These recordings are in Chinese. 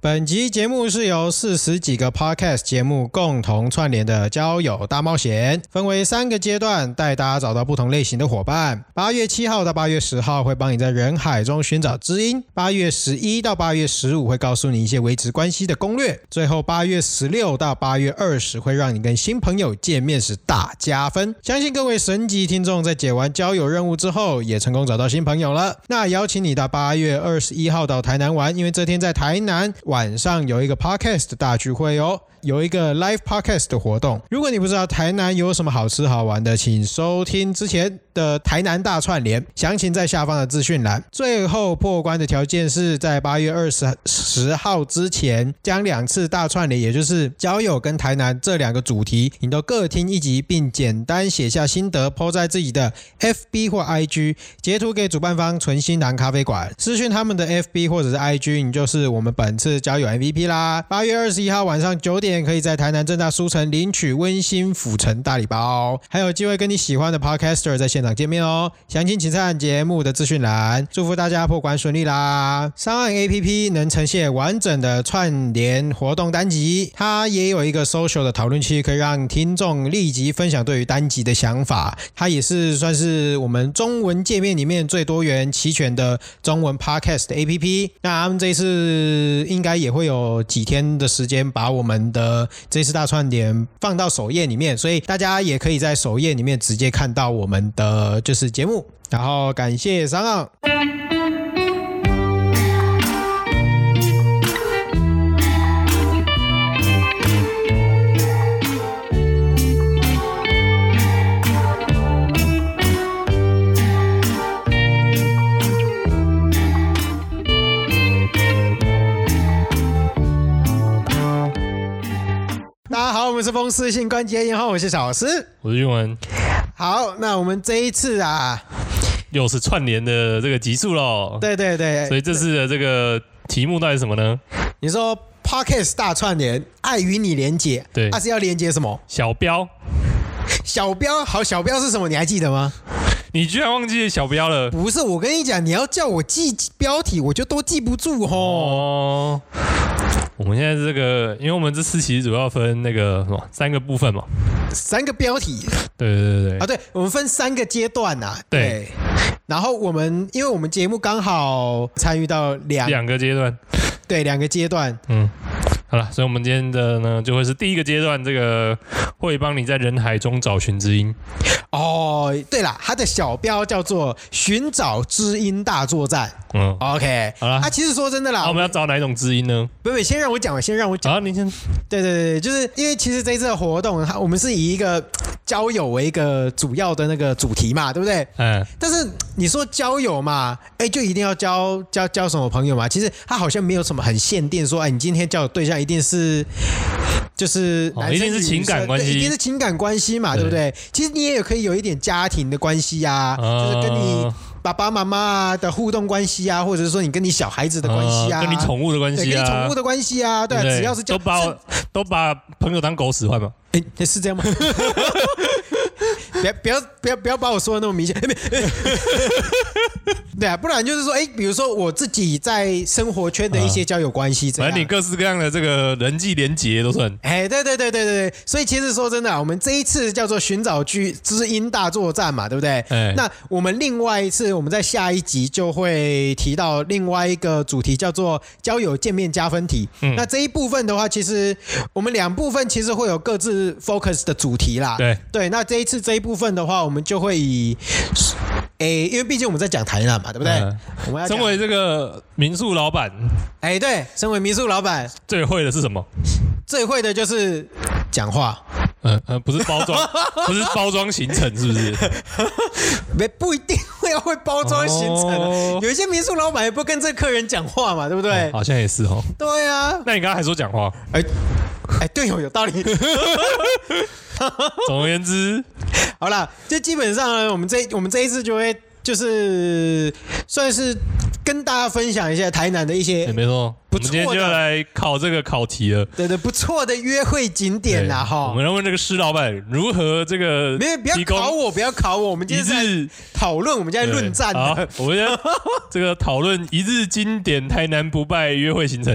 本集节目是由40几个 podcast 节目共同串联的交友大冒险，分为3个阶段，带大家找到不同类型的伙伴。8月7号到8月10号会帮你在人海中寻找知音，8月11到8月15会告诉你一些维持关系的攻略，最后8月16到8月20会让你跟新朋友见面时大加分。相信各位神级听众在解完交友任务之后也成功找到新朋友了。那邀请你到8月21号到台南玩，因为这天在台南晚上有一个 podcast 大聚会哦，有一个 live podcast 的活动。如果你不知道台南有什么好吃好玩的，请收听之前的台南大串联，详情在下方的资讯栏。最后破关的条件是在8月20号之前将2次大串联，也就是交友跟台南这2个主题你都各听一集，并简单写下心得 po 在自己的 FB 或 IG， 截图给主办方纯心堂咖啡馆，私讯他们的 FB 或者是 IG， 你就是我们本次交友 MVP 啦。8月21号晚上9点可以在台南政大书城领取温馨府城大礼包，还有机会跟你喜欢的 podcaster 在现场见面哦。详情请看节目的资讯栏。祝福大家破关顺利啦！上岸 APP 能呈现完整的串联活动单集，它也有一个 social 的讨论区，可以让听众立即分享对于单集的想法。它也是算是我们中文界面里面最多元齐全的中文 podcast 的 APP。那他们这一次应该也会有几天的时间把我们的这次大串联放到首页里面，所以大家也可以在首页里面直接看到我们的就是节目。然后感谢上岸。大家好，我们是风湿性关节炎后，我是小师， 我是俊文。 好，那我们这一次啊， 又是串联的这个集数咯。 对对对， 所以这次的这个题目到底是什么呢？ 你说 Podcast 大串联，爱与你连结， 对， 是要连接什么？ 小标。 小标，好，小标是什么？你还记得吗？ 你居然忘记小标了？ 不是，我跟你讲，你要叫我记标题，我就都记不住哦。 我们现在这个，因为我们这次其实主要分那个什么3个部分嘛 ，3个标题。 对对对啊，对，我们分3个阶段呐、啊。 对。 然后因为我们节目刚好参与到两个阶段。 对，2个阶段。 好了，所以我们今天的呢，就会是第一个阶段，这个会帮你在人海中找寻知音。 哦，对了，它的小标叫做寻找知音大作战。OK， 好了。 其实说真的啦， 我们要找哪一种知音呢？ 不，先让我讲。好， 你先。 对对对，就是因为其实这一次的活动，我们是以一个交友为一个主要的那个主题嘛，对不对？但是你说交友嘛，就一定要交什么朋友嘛？其实它好像没有什么很限定说，你今天交的对象一定是就是男生一定是情感关系， 一定是情感关系嘛，对不对？其实你也可以有一点家庭的关系啊，就是跟你爸爸妈妈的互动关系啊，或者是说你跟你小孩子的关系啊， 跟你宠物的关系啊， 跟你宠物的关系啊，对，只要是都把朋友当狗使唤嘛。 是这样吗？不要把我说的那么明显。对啊，不然就是说，比如说我自己在生活圈的一些交友关系， 反正你各式各样的这个人际连结都算。 对，所以其实说真的，我们这一次叫做寻找知音大作战嘛，对不对？那我们另外一次，我们在下一集就会提到另外一个主题，叫做交友见面加分题。那这一部分的话，其实我们2部分其实会有各自 focus 的主题啦。对，那这一次这一部分的话，我们就会以因为毕竟我们在讲台南嘛，对不对？我们要身为这个民宿老板， 对，身为民宿老板， 最会的是什么？ 最会的就是讲话。 不是包装，不是包装行程，是不是？ 不一定会包装行程，有一些民宿老板也不跟这客人讲话嘛，对不对？ 好像也是哦。 对啊。 那你刚刚还说讲话？ 对哦，有道理。 总而言之， 好啦，就基本上呢，我们这一次就会就是算是跟大家分享一下台南的一些， 没错，我们今天就要来考这个考题了。 对，不错的约会景点呐，哈。 我们要问这个施老板如何这个， 没有，不要考我，我们今天是讨论，我们今天论战的。 我们这个讨论一日经典台南不败约会行程。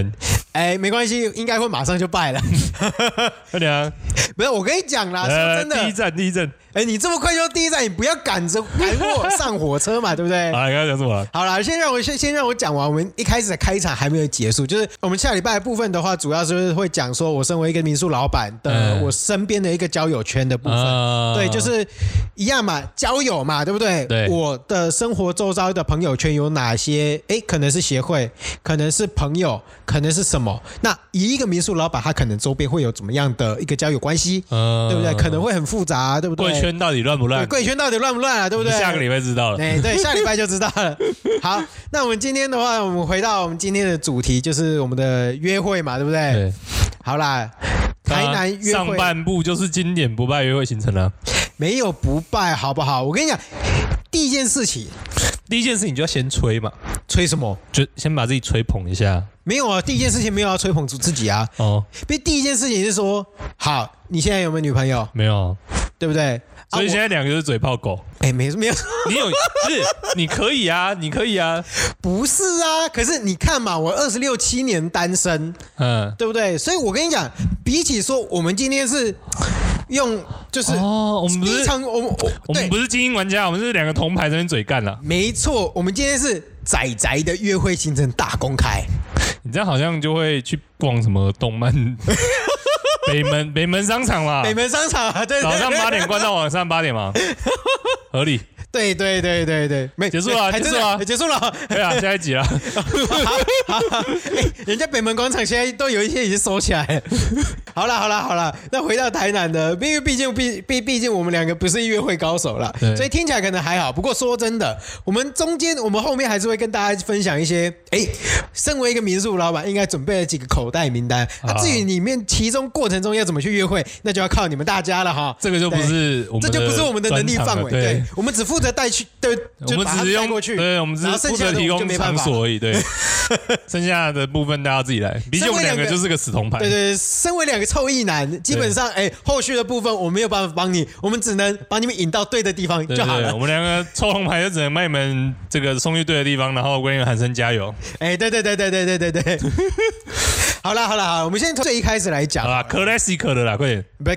没关系，应该会马上就拜了。 快点啊！ 不是，我跟你讲啦，说真的， 第一站。 你这么快就第一站，你不要赶我上火车嘛，对不对？ 好，你刚才讲什么？ 好啦，先让我讲完。我们一开始的开场还没有结束，就是我们下礼拜的部分的话，主要就是会讲说我身为一个民宿老板的，我身边的一个交友圈的部分。对，就是一样嘛，交友嘛，对不对？ 对。 我的生活周遭的朋友圈有哪些？可能是协会，可能是朋友，可能是什么？那以一个民宿老板，他可能周边会有怎么样的一个交友关系？对不对？可能会很复杂，对不对？ 贵圈到底乱不乱？ 贵圈到底乱不乱啊？对不对？ 下个礼拜知道了。 对，下礼拜就知道了。好，那我们今天的话，我们回到我们今天的主题，就是我们的约会嘛，对不对？ 对。 好啦，台南约会上半部就是经典不败约会行程了。 没有不败，好不好？我跟你讲，第一件事情就要先吹嘛。 吹什么？ 就先把自己吹捧一下。 没有啊，第一件事情没有要吹捧自己啊。因为第一件事情是说，好，你现在有没有女朋友？ 没有， 对不对？ 所以现在两个就是嘴炮狗。 没有， 你有不是？你可以啊， 不是啊，可是你看嘛，我26、7年单身，对不对？所以我跟你讲，比起说我们今天是用就是我们不是我们不是精英玩家，我们是两个铜牌在那边嘴干了。 没错，我们今天是宅宅的约会行程大公开。 你这样好像就会去逛什么动漫。北门商场嘛， 北门商场啊，对， 早上8点关到晚上8点嘛，合理。 对，没结束了， 结束了。 对啊，下一集了。 好，人家北门广场现在都有一些已经收起来了。好了，那回到台南的，因为毕竟我们两个不是约会高手啦，所以听起来可能还好。不过说真的，我们后面还是会跟大家分享一些，身为一个民宿老板应该准备了几个口袋名单。至于里面其中过程中要怎么去约会，那就要靠你们大家了哈。 这个就不是我们的能力范围，对，我们只负责带去，对，就把它带过去， 对，我们只是负责提供场所而已，对，剩下的部分大家自己来。毕竟我们两个就是个死铜牌， 对，身为两个臭役男，基本上后续的部分我没有办法帮你，我们只能把你们引到对的地方就好了。 我们两个臭铜牌就只能把你们这个送去对的地方，然后跟你们喊声加油。 对。好了，我们先从最一开始来讲。 好啦 ，classic 的啦，快点。 不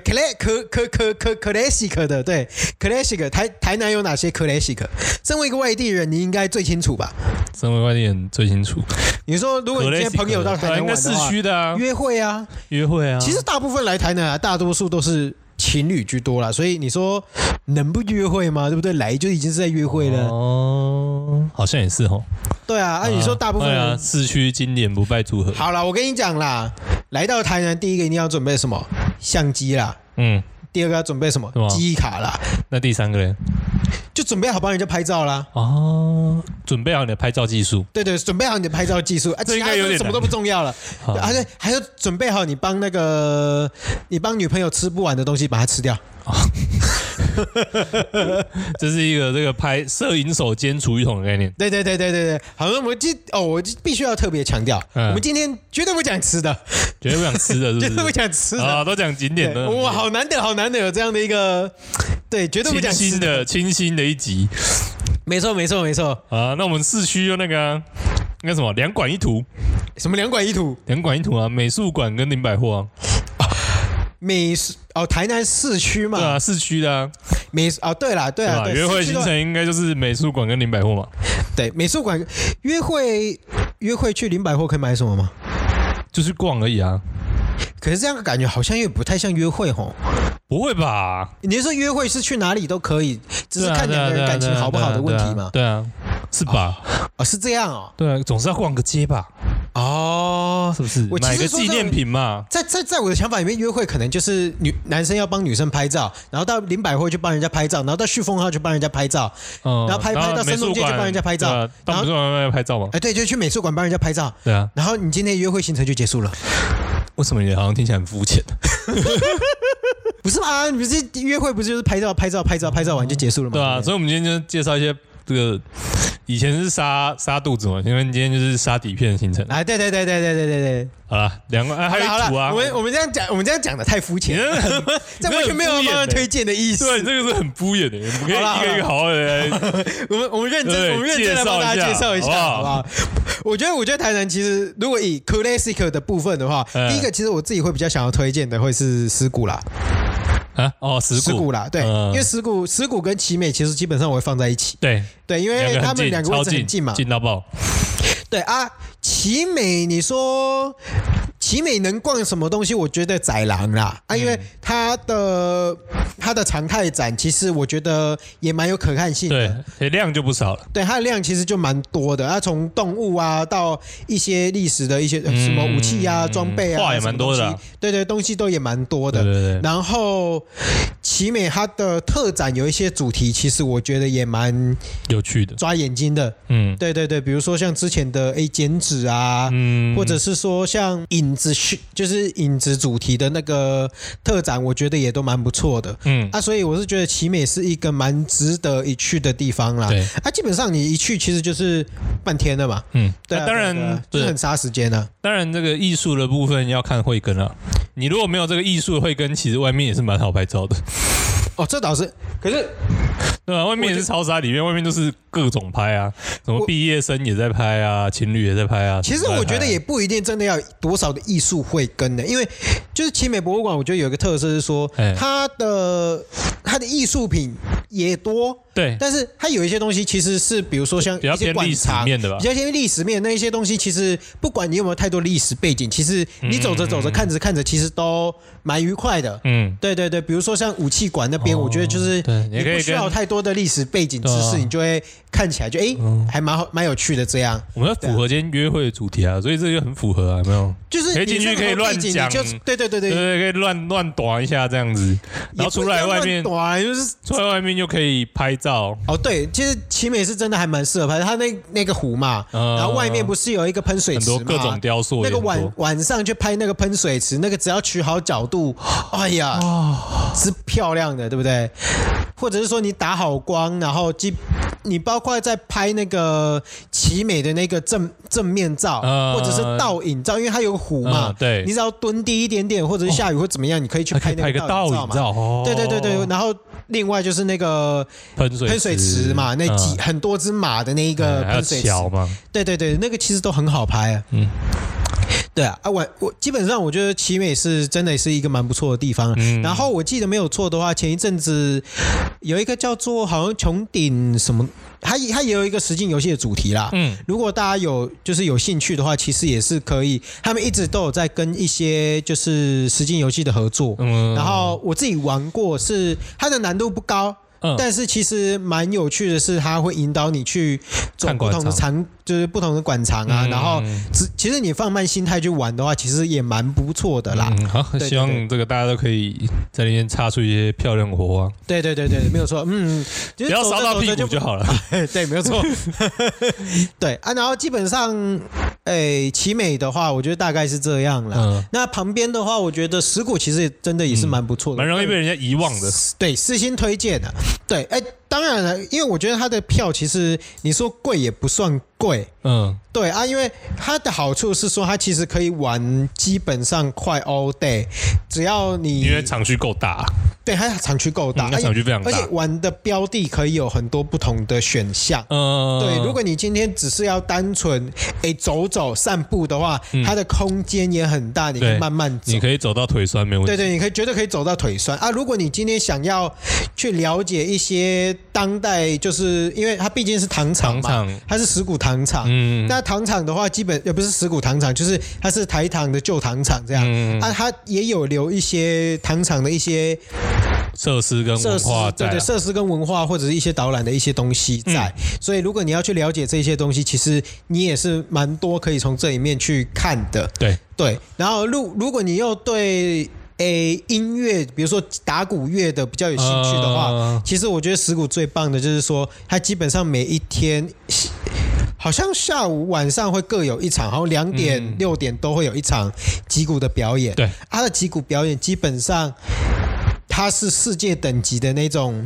classic 的，对 classic 台南有哪些 classic？ 身为一个外地人，你应该最清楚吧？ 身为外地人最清楚。 你说，如果你今天朋友到台南玩的话， 应该市区的啊， 约会啊。其实大部分来台南啊，大多数都是情侣居多啦，所以你说能不约会吗？对不对？来就已经是在约会了。 好像也是哦。 对啊，你说大部分人市区经典不败组合。 好啦，我跟你讲啦，来到台南，第一个一定要准备什么？相机啦。第二个要准备什么？记忆卡啦。 那第三个呢？ 就准备好帮人家拍照啦。 准备好你的拍照技术。 对，准备好你的拍照技术。 这应该有点什么都不重要了。对，还有准备好你帮女朋友吃不完的东西，把它吃掉。 这是一个这个拍摄影手兼厨余桶的概念。 对。好，我必须要特别强调，我们今天绝对不讲吃的， 绝对不讲吃的，是不是？ 绝对不讲吃的啊，都讲景点的。 哇，好难得有这样的一个，对，绝对不讲吃的， 清新的一集。 没错啊，那我们市区就那个什么2馆1图。 什么2馆1图 ？2馆1图啊，美术馆跟林百货啊。 台南市区嘛， 对啊，市区的啊。 对啦， 约会行程应该就是美术馆跟林百货嘛。 对，美术馆约会去林百货可以买什么吗？ 就是逛而已啊。 可是这样感觉好像又不太像约会吼。 不会吧？ 你是说约会是去哪里都可以，只是看两个人感情好不好的问题吗？ 对啊，是吧？ 是这样哦。 对啊，总是要逛个街吧。是不是？买个纪念品嘛。 在我的想法里面，约会可能就是男生要帮女生拍照，然后到林百货去帮人家拍照，然后到旭峰号去帮人家拍照，然后拍到深中街去帮人家拍照， 到美术馆拍照嘛。 对，就去美术馆帮人家拍照。 对啊。 然后你今天约会行程就结束了。 为什么你好像听起来很肤浅？ 不是吧？你不是约会不是就是拍照完就结束了吗？ 对啊，所以我们今天就介绍一些这个以前是杀肚子嘛，因为今天就是杀底片的行程。 对。 好了，2个还有一图啊。 我们这样讲的太肤浅，这完全没有帮他推荐的意思。 对，这个是很敷衍的，我们可以一个一个好好的来。 我们认真的帮大家介绍一下，好不好？ 我觉得台南其实如果以 classic 的部分的话，第一个其实我自己会比较想要推荐的会是石鼓啦。 石鼓啦，对，因为石鼓跟奇美其实基本上我会放在一起。 对， 因为他们两个位置很近嘛， 近到爆。 对啊，奇美你说奇美能逛什么东西？我觉得宰狼啦因为它的常态展其实我觉得也蛮有可看性的， 对，量就不少了。 对，它的量其实就蛮多的，它从动物啊到一些历史的一些什么武器啊、装备啊， 画也蛮多的对，东西都也蛮多的。 对。 然后奇美它的特展有一些主题，其实我觉得也蛮有趣的， 抓眼睛的。对，比如说像之前的剪纸啊，或者是说像影子，就是影子主题的那个特展，我觉得也都蛮不错的。所以我是觉得奇美是一个蛮值得一去的地方啦。 对， 基本上你一去其实就是半天了嘛。对， 当然就是很杀时间啊。 当然，这个艺术的部分要看慧根啊。你如果没有这个艺术的慧根，其实外面也是蛮好拍照的。 这倒是，可是对啊，外面也是超杀，里面外面都是各种拍啊，什么毕业生也在拍啊，情侣也在拍啊。 其实我觉得也不一定真的要多少的艺术慧根的，因为就是奇美博物馆，我觉得有一个特色是说，它的艺术品也多。 对， 但是它有一些东西其实是，比如说像一些馆藏，比较偏历史面那一些东西，其实不管你有没有太多历史背景，其实你走着看着，其实都蛮愉快的。对，比如说像武器馆那边，我觉得就是你不需要太多的历史背景知识，你就会看起来就还蛮有趣的这样。 我们要符合今天约会的主题啊，所以这就很符合啊，有没有？ 就是可以进去可以乱讲， 对， 可以乱短一下这样子，然后出来外面就可以拍照。 对，其实奇美是真的还蛮适合拍，它那个湖嘛，然后外面不是有一个喷水池吗？ 很多各种雕塑， 那个晚上去拍那个喷水池，那个只要取好角度，哎呀，是漂亮的，对不对？或者是说你打好光，然后你包括在拍那个奇美的那个正面照，或者是倒影照，因为它有个湖嘛， 对， 你只要蹲低一点点，或者是下雨或怎么样，你可以去拍那个倒影照嘛。对，然后另外就是那个喷水池嘛，那很多只马的那一个喷水池嘛， 对，那个其实都很好拍啊。对啊，我基本上我觉得奇美是真的是一个蛮不错的地方。然后我记得没有错的话，前一阵子有一个叫做好像穹顶什么，它也有一个实境游戏的主题啦。如果大家有兴趣的话，其实也是可以。他们一直都有在跟一些就是实境游戏的合作。然后我自己玩过，是它的难度不高。但是其实蛮有趣的是，它会引导你去走不同的就是不同的馆藏啊。然后其实你放慢心态去玩的话，其实也蛮不错的啦。 好，希望这个大家都可以在那边擦出一些漂亮的火花。 对，没有错。 不要烧到屁股就好了。 对，没有错。对啊，然后基本上，奇美的话，我觉得大概是这样啦。那旁边的话，我觉得石鼓其实真的也是蛮不错的， 蛮容易被人家遗忘的。 对，私心推荐的。对，当然了，因为我觉得它的票其实你说贵也不算贵。对啊，因为它的好处是说，它其实可以玩基本上快 all day， 只要你因为场区够大。 对，它场区够大， 场区非常大， 而且玩的标的可以有很多不同的选项。对，如果你今天只是要单纯走散步的话，它的空间也很大，你可以慢慢走， 你可以走到腿酸没问题。 对，你绝对可以走到腿酸啊！如果你今天想要去了解一些当代，就是因为它毕竟是糖厂嘛，它是石鼓糖厂。那糖厂的话，基本也不是石鼓糖厂，就是它是台糖的旧糖厂这样。它也有留一些糖厂的一些设施跟文化在， 对，设施跟文化或者是一些导览的一些东西在。所以如果你要去了解这些东西，其实你也是蛮多可以从这里面去看的。对，然后如果你又对音乐，比如说打鼓乐的比较有兴趣的话，其实我觉得石鼓最棒的就是说，它基本上每一天好像下午晚上会各有一场，然后2点6点都会有一场击鼓的表演。 对， 它的击鼓表演基本上它是世界等级的那种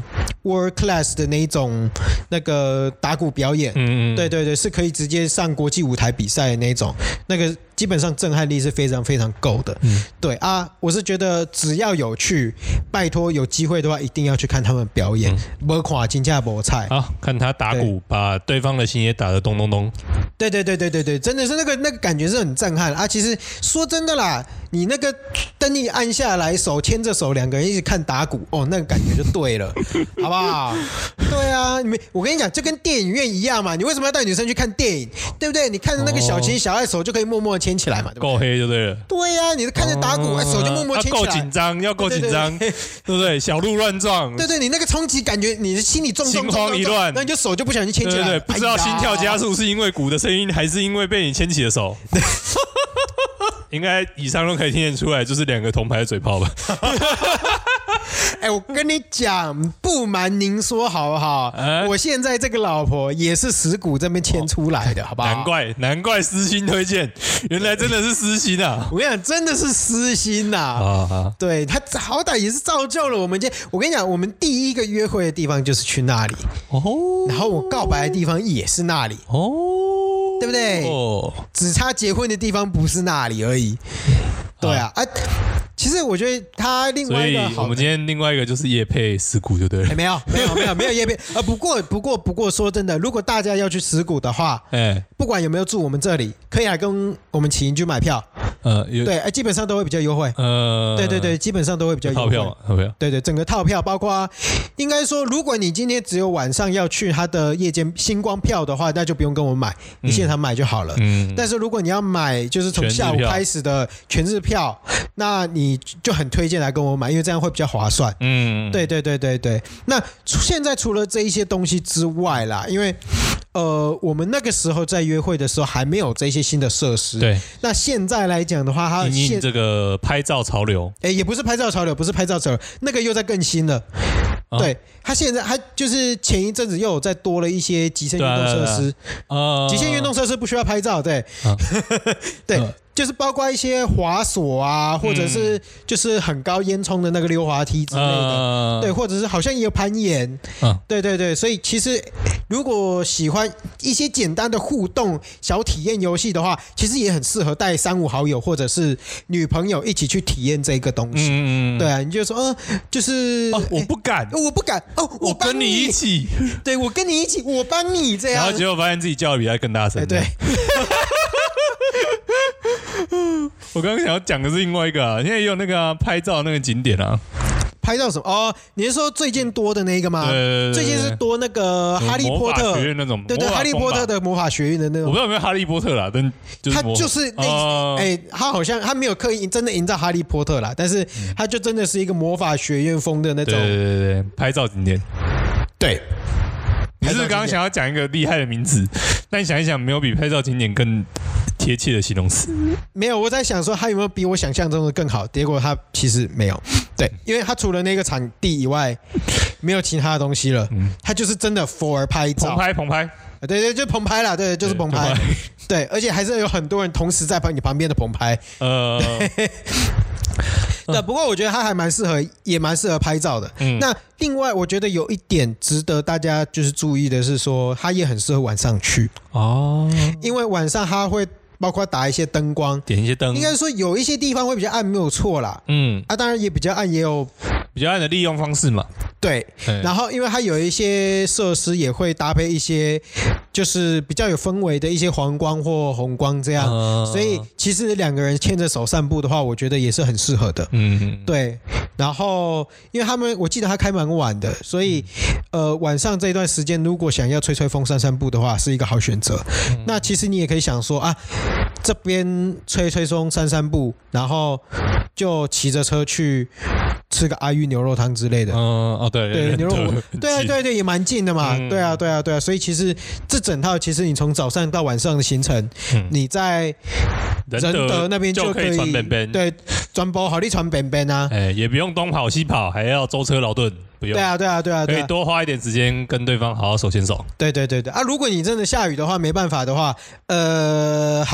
world class 的那一种那个打鼓表演，对对对，是可以直接上国际舞台比赛的那种，那个基本上震撼力是非常非常够的。对啊，我是觉得只要有趣，拜托有机会的话一定要去看他们表演，没看真正没菜。 好，看他打鼓把对方的心也打得咚咚咚。 对对对对对对，真的是那个感觉是很震撼啊！其实说真的啦，你那个灯一按下来，手牵着手，两个人一起看打鼓，哦，那个感觉就对了，好不好？对啊，我跟你讲，就跟电影院一样嘛，你为什么要带女生去看电影？对不对？你看着那个小情小爱手就可以默默牵起来嘛，对不对？ 够黑就对了。 对呀，你看着打鼓，手就默默牵起来。 要够紧张，要够紧张，对不对？小鹿乱撞。 对对，你那个冲击感觉，你的心里重， 心慌意乱， 那你就手就不小心牵起来。 对对，不知道心跳加速是因为鼓的声音，还是因为被你牵起的手。应该以上都可以听得出来，就是两个铜牌的嘴炮吧。 哎，我跟你讲，不瞒您说好不好？我现在这个老婆也是石鼓这边牵出来的，好不好？ 难怪私心推荐，原来真的是私心啊！ 我跟你讲，真的是私心呐。对，他好歹也是造就了我们我跟你讲，我们第一个约会的地方就是去那里然后我告白的地方也是那里对不对？只差结婚的地方不是那里而已。对啊，其实我觉得他另外一个好， 所以我们今天另外一个就是业配石鼓就对了。 没有业配不过说真的，如果大家要去石鼓的话，不管有没有住我们这里，可以来跟我们起营去买票。对，基本上都会比较优惠。对对对，基本上都会比较优惠。套票。对对，整个套票包括，应该说，如果你今天只有晚上要去他的夜间星光票的话，那就不用跟我们买，你现场买就好了。但是如果你要买，就是从下午开始的全日票，那你就很推荐来跟我买，因为这样会比较划算。对对对对对。那现在除了这一些东西之外啦，因为我们那个时候在约会的时候还没有这些新的设施。 对。 那现在来讲的话，它这个拍照潮流， 也不是拍照潮流，那个又在更新了。对，它现在就是前一阵子又有再多了一些极限运动设施。极限运动设施不需要拍照，对。对。就是包括一些滑索啊，或者是就是很高烟囱的那个溜滑梯之类的，对，或者是好像也有攀岩，对对对，所以其实如果喜欢一些简单的互动小体验游戏的话，其实也很适合带3-5好友或者是女朋友一起去体验这个东西。对啊，你就说就是我不敢我跟你一起， 对，我跟你一起，我帮你这样， 然后结果发现自己叫的比他更大声。 对。 我刚刚想要讲的是另外一个现在也有那个拍照那个景点啊。 拍照什么？你是说最近多的那个吗？ 对， 最近是多那个哈利波特学院那种， 对，哈利波特的魔法学院的那种。 我不知道有没有哈利波特啦，但他就是他好像他没有刻意真的营造哈利波特啦，但是他就真的是一个魔法学院风的那种。 对，拍照景点。对。你是刚刚想要讲一个厉害的名字，但想一想，没有比拍照景点更贴切的形容词。 没有，我在想说他有没有比我想象中的更好，结果他其实没有。对，因为他除了那个场地以外，没有其他的东西了。他就是真的 for 拍照， 棚拍。 对对，就棚拍啦，对，就是棚拍。对，而且还是有很多人同时在你旁边的棚拍。对，不过我觉得它还也蛮适合拍照的。那另外，我觉得有一点值得大家就是注意的是说，它也很适合晚上去因为晚上它会包括打一些灯光， 点一些灯， 应该说有一些地方会比较暗，没有错啦。当然也比较暗，也有比较暗的利用方式嘛。 对，然后因为它有一些设施也会搭配一些就是比较有氛围的一些黄光或红光这样，所以其实两个人牵着手散步的话，我觉得也是很适合的。对。然后因为我记得他开蛮晚的，所以晚上这段时间如果想要吹吹风散散步的话，是一个好选择。那其实你也可以想说这边吹吹风散散步，然后就骑着车去吃个阿裕牛肉汤之类的。对，牛肉对，也蛮近的嘛。对啊，所以其实这整套其实你从早上到晚上的行程，你在仁德那边就可以传便便， 对，专播好你传便便啊， 也不用东跑西跑，还要舟车劳顿，不用。 对啊， 可以多花一点时间跟对方好好手牵手。 对如果你真的下雨的话，没办法的话，好。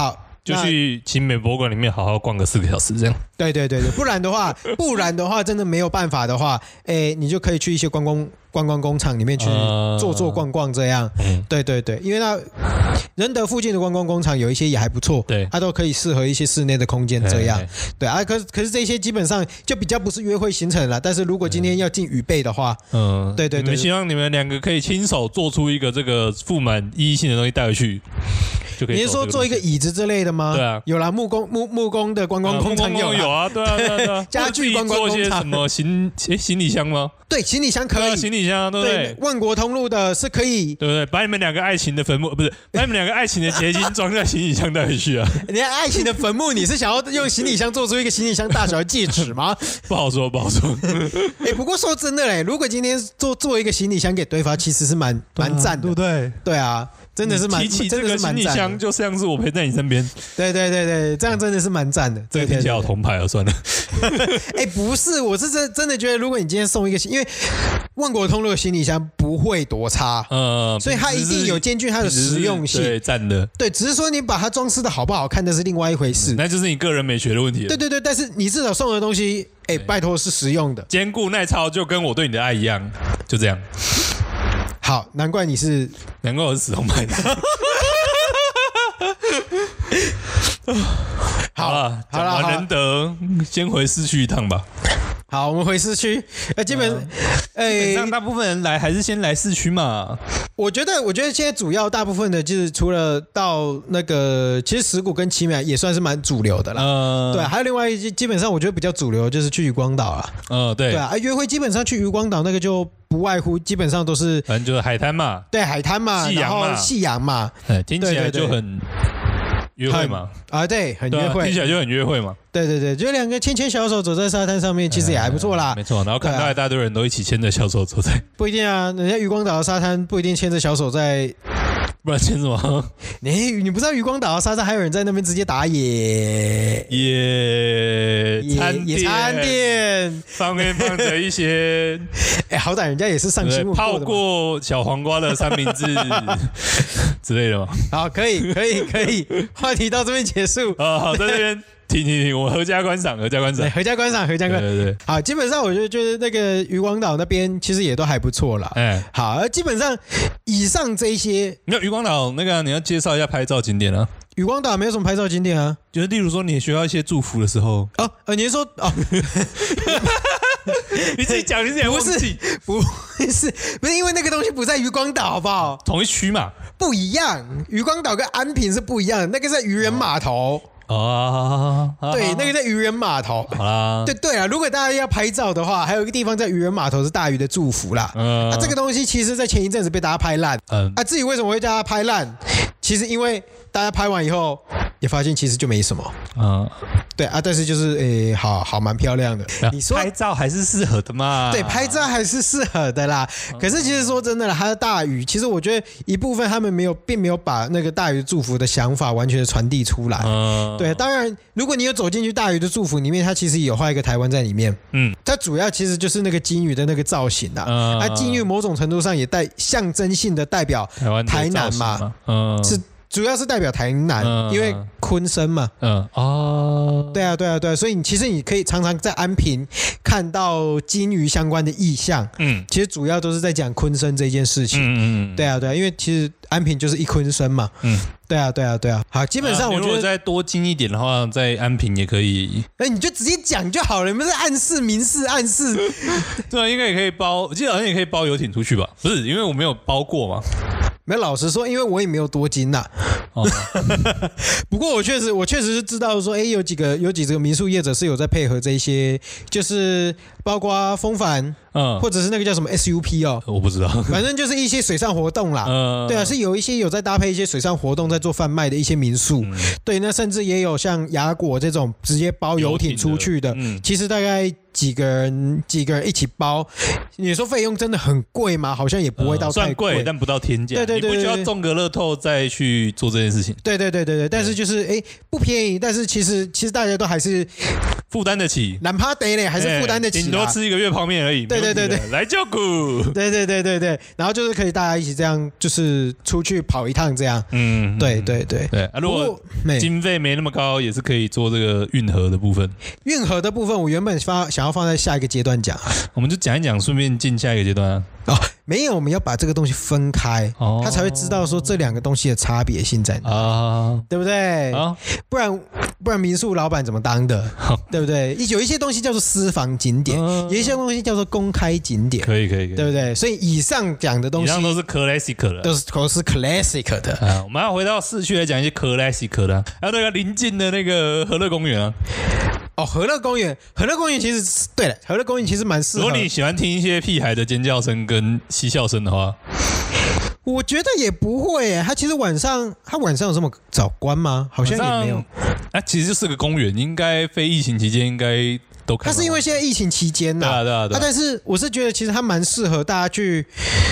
就去奇美博物馆里面好好逛个4个小时这样。 对，不然的话，真的没有办法的话，你就可以去一些观光工厂里面去坐逛这样。对，因为那仁德附近的观光工厂有一些也还不错， 对， 它都可以适合一些室内的空间这样。对啊，可是这些基本上就比较不是约会行程了。但是如果今天要进预备的话，对， 你们希望你们2个可以亲手做出一个这个附满意义性的东西带回去。 你是说做一个椅子之类的吗？ 对啊， 有啦，木工的观光工厂有啊，对啊， 家具观光工厂做些什么行李箱吗？ 对，行李箱可以， 行李箱对不对？ 万国通路的是可以， 对不对？把你们2个爱情的坟墓，不是把你们2个爱情的结晶装在行李箱带回去啊！ 人家爱情的坟墓，你是想要用行李箱做出一个行李箱大小的戒指吗？ 不好说。 不过说真的嘞，如果今天做一个行李箱给对方，其实是蛮赞的， 对不对？ 对啊。真的是蛮， 提起这个行李箱，就像是我陪在你身边。 对，这样真的是蛮赞的。 这个听起来有铜牌了，算了。 不是，我是真的觉得，如果你今天送一个，因为万国通路的行李箱不会多差，所以它一定有兼具它的实用性。 对，赞的。 对，只是说你把它装饰的好不好看，那是另外一回事。 那就是你个人美学的问题了。 对，但是你至少送的东西，拜托是实用的， 坚固耐操，就跟我对你的爱一样，就这样。 好，难怪我是死红派的。好了，讲完仁德，先回市区一趟吧。 好，我们回市区。基本上大部分人来还是先来市区嘛。 我觉得现在主要大部分的就是除了到那个，其实石鼓跟奇美也算是蛮主流的啦。对，还有另外基本上我觉得比较主流就是去渔光岛啦。对啊，约会基本上去渔光岛那个就不外乎基本上都是， 反正就是海滩嘛。 对，海滩嘛，然后夕阳嘛， 听起来就很约会嘛。 对，很约会， 听起来就很约会嘛。 对，就2个牵小手走在沙滩上面，其实也还不错啦。 没错，然后看到一大堆人都一起牵着小手走在。 不一定啊，人家渔光岛的沙滩不一定牵着小手在。 不然牵什么？ 你不知道渔光岛的沙滩还有人在那边直接打野餐店， 上面放着一些， 好歹人家也是上新闻泡过小黄瓜的三明治之类的嘛。 好，可以，话题到这边结束。 好，在这边。停，我合家观赏。 合家观赏。 对。 好，基本上我就觉得那个渔光岛那边其实也都还不错啦。好，基本上以上这一些， 那渔光岛那个你要介绍一下拍照景点啊。 渔光岛没有什么拍照景点啊， 就是例如说你需要一些祝福的时候。 你是说你自己讲， 不是因为那个东西不在渔光岛，好不好？ 同一区嘛， 不一样。渔光岛跟安平是不一样的，那个在渔人码头。对，那个在渔人码头。 好啦， 对啊，如果大家要拍照的话，还有一个地方在渔人码头是大鱼的祝福啦。这个东西其实在前一阵子被大家拍烂。至于为什么会叫它拍烂，其实因为大家拍完以后也发现其实就没什么。对啊，但是就是好蛮漂亮的。你说拍照还是适合的嘛？ 对，拍照还是适合的啦。可是其实说真的啦，它的大鱼，其实我觉得一部分他们并没有把那个大鱼祝福的想法完全的传递出来。对，当然如果你有走进去大鱼的祝福里面，它其实也有画一个台湾在里面。它主要其实就是那个金鱼的那个造型啦。金鱼某种程度上也象征性的代表台南嘛。主要是代表台南，因为昆生嘛。对啊，所以其实你可以常常在安平看到金鱼相关的意象。其实主要都是在讲昆生这件事情。对啊，因为其实安平就是一昆生嘛。对啊。好，基本上我觉得如果再多金一点的话，在安平也可以。 你就直接讲就好了，你们是暗示明示暗示。 对啊，应该也可以包，我记得好像也可以包游艇出去吧？不是，因为我没有包过嘛。 没有，老实说，因为我也没有多金呐。不过我确实是知道说，有几个民宿业者是有在配合这些，就是包括风帆，或者是那个叫什么 SUP 我不知道， 反正就是一些水上活动啦。对啊，是有一些有在搭配一些水上活动在做贩卖的一些民宿。对，那甚至也有像雅果这种直接包游艇出去的，其实大概几个人一起包，你说费用真的很贵吗？好像也不会到太贵， 算贵但不到天价。 对， 你不需要中个乐透再去做这件事情。 对，但是就是不便宜，但是其实大家都还是负担得起， 懒趴得嘞，还是负担得起， 顶多吃一个月泡面而已。 对， 来就股。 对，然后就是可以大家一起这样，就是出去跑一趟这样。对。 如果经费没那么高，也是可以做这个运河的部分。 运河的部分，我原本想要放在下一个阶段讲， 我们就讲一讲，顺便进下一个阶段啊。 没有，我们要把这个东西分开，他才会知道说这两个东西的差别性在哪，对不对？不然民宿老板怎么当的？对不对？有一些东西叫做私房景点，有一些东西叫做公开景点， 可以， 对不对？所以以上讲的东西， 以上都是 classic 的， 都是 classic 的。 我们要回到市区来讲一些 classic 的，还有那个邻近的那个和乐公园啊。和乐公园其实对了，和乐公园其实蛮适合。如果你喜欢听一些屁孩的尖叫声跟嬉笑声的话， 我觉得也不会耶。他其实晚上有这么早关吗？好像也没有。 其实就是个公园，应该非疫情期间应该都开。 它是因为现在疫情期间呐， 对啊。 但是我是觉得其实它蛮适合大家去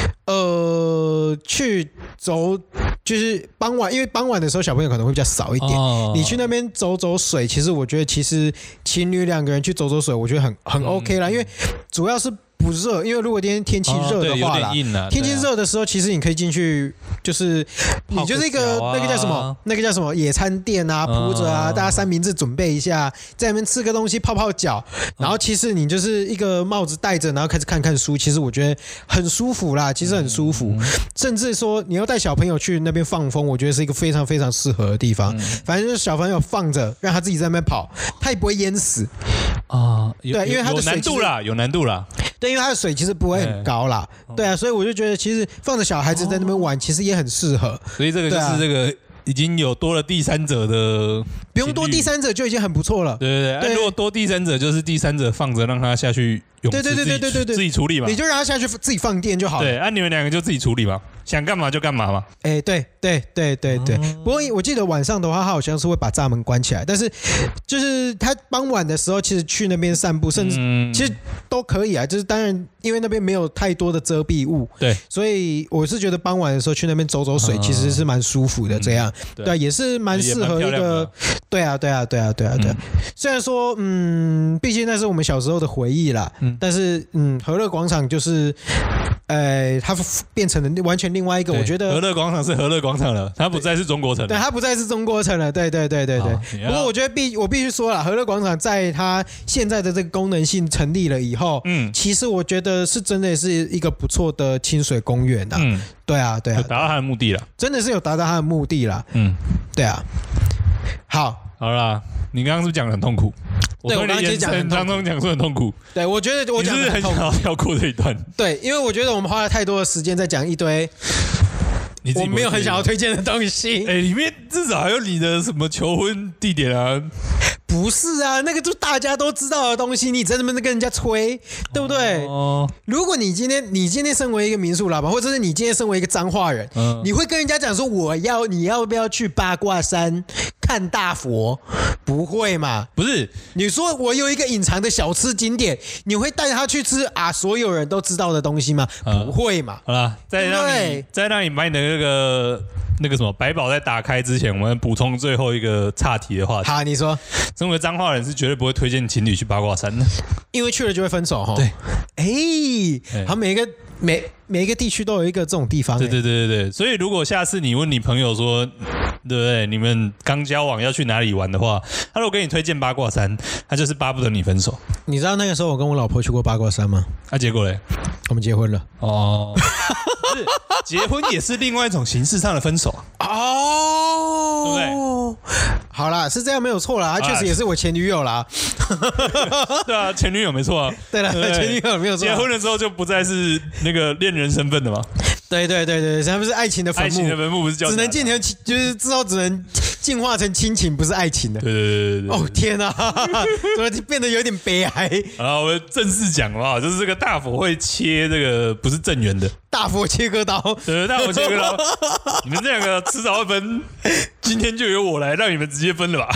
走。就是傍晚，因为傍晚的时候小朋友可能会比较少一点。你去那边走走水，其实我觉得，情侣2个人去走走水，我觉得很 OK 啦。因为主要是不热，因为如果今天天气热的话啦，天气热的时候，其实你可以进去，就是你就是一个那个叫什么野餐垫啊，铺着啊，大家三明治准备一下，在那边吃个东西泡泡脚，然后其实你就是一个帽子戴着，然后开始看书，其实我觉得很舒服啦，其实很舒服。甚至说你要带小朋友去那边放风，我觉得是一个非常非常适合的地方。反正就是小朋友放着，让他自己在那边跑，他也不会淹死对，因为它的水有难度啦。 对，因为它的水其实不会很高啦，对啊，所以我就觉得其实放着小孩子在那边玩，其实也很适合。 所以这个就是这个已经有多了第三者的， 不用多第三者就已经很不错了。 对，如果多第三者，就是第三者放着让他下去泳池自己处理嘛， 你就让他下去自己放电就好了。 对，你们2个就自己处理嘛，想干嘛就干嘛嘛。 对。不过我记得晚上的话，他好像是会把闸门关起来，但是就是他傍晚的时候，其实去那边散步，甚至其实都可以啊。就是当然，因为那边没有太多的遮蔽物，对，所以我是觉得傍晚的时候去那边走走水，其实是蛮舒服的。这样，对，也是蛮适合一个。对啊。虽然说，毕竟那是我们小时候的回忆啦，但是，和乐广场就是。它变成了完全另外一个，我觉得和乐广场是和乐广场了，它不再是中国城了。 对，它不再是中国城了。对。不过我觉得我必须说了，和乐广场在它现在的这个功能性成立了以后，其实我觉得是真的是一个不错的清水公园啊。对啊， 有达到它的目的了， 真的是有达到它的目的啦。对啊。好啦，你刚刚是不是讲得很痛苦？ 对，我刚刚其实讲很当中讲说很痛苦。 对，我觉得我讲得很痛苦， 你是很想要跳过这一段。 对，因为我觉得我们花了太多的时间在讲一堆我没有很想要推荐的东西。 里面至少还有你的什么求婚地点啊？ 不是啊，那个就大家都知道的东西，你在那边跟人家吹，对不对？如果你今天身为一个民宿老板，或者是你今天身为一个彰化人，你会跟人家讲说你要不要去八卦山看大佛？不会嘛？ 不是， 你说我有一个隐藏的小吃景点，你会带他去吃所有人都知道的东西吗？不会嘛？ 好啦，再让你把你的那个什么百宝在打开之前，我们补充最后一个岔题的话题。 好，你说。 身为彰化人是绝对不会推荐情侣去八卦山的， 因为去了就会分手哈。 对， 好，每一个地区都有一个这种地方。 对，所以如果下次你问你朋友说，对不对？你们刚交往要去哪里玩的话，他如果给你推荐八卦山，他就是巴不得你分手。 你知道那个时候我跟我老婆去过八卦山吗？ 结果嘞， 我们结婚了。 是结婚也是另外一种形式上的分手对不对？ 好啦，是这样没有错啦，她确实也是我前女友啦。 对啊，前女友没错啊。 对了，前女友没有错。 结婚的时候就不再是那个恋人身份的嘛。 对，他们是爱情的坟墓， 爱情的坟墓不是叫只能进成，就是之后只能进化成亲情，不是爱情的。 对。 哦天哪，怎么变得有点悲哀？ 我们正式讲了，就是这个大佛会切这个不是正圆的大佛切割刀。 对，大佛切割刀，你们这两个迟早会分，今天就由我来让你们直接分了吧。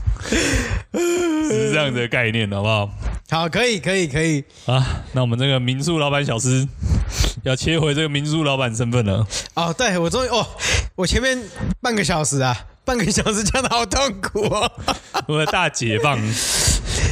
是这样的概念，好不好？ 好，可以那我们这个民宿老板小师要切回这个民宿老板身份了。 对，我终于我前面半个小时讲的好痛苦哦。 我的大解放。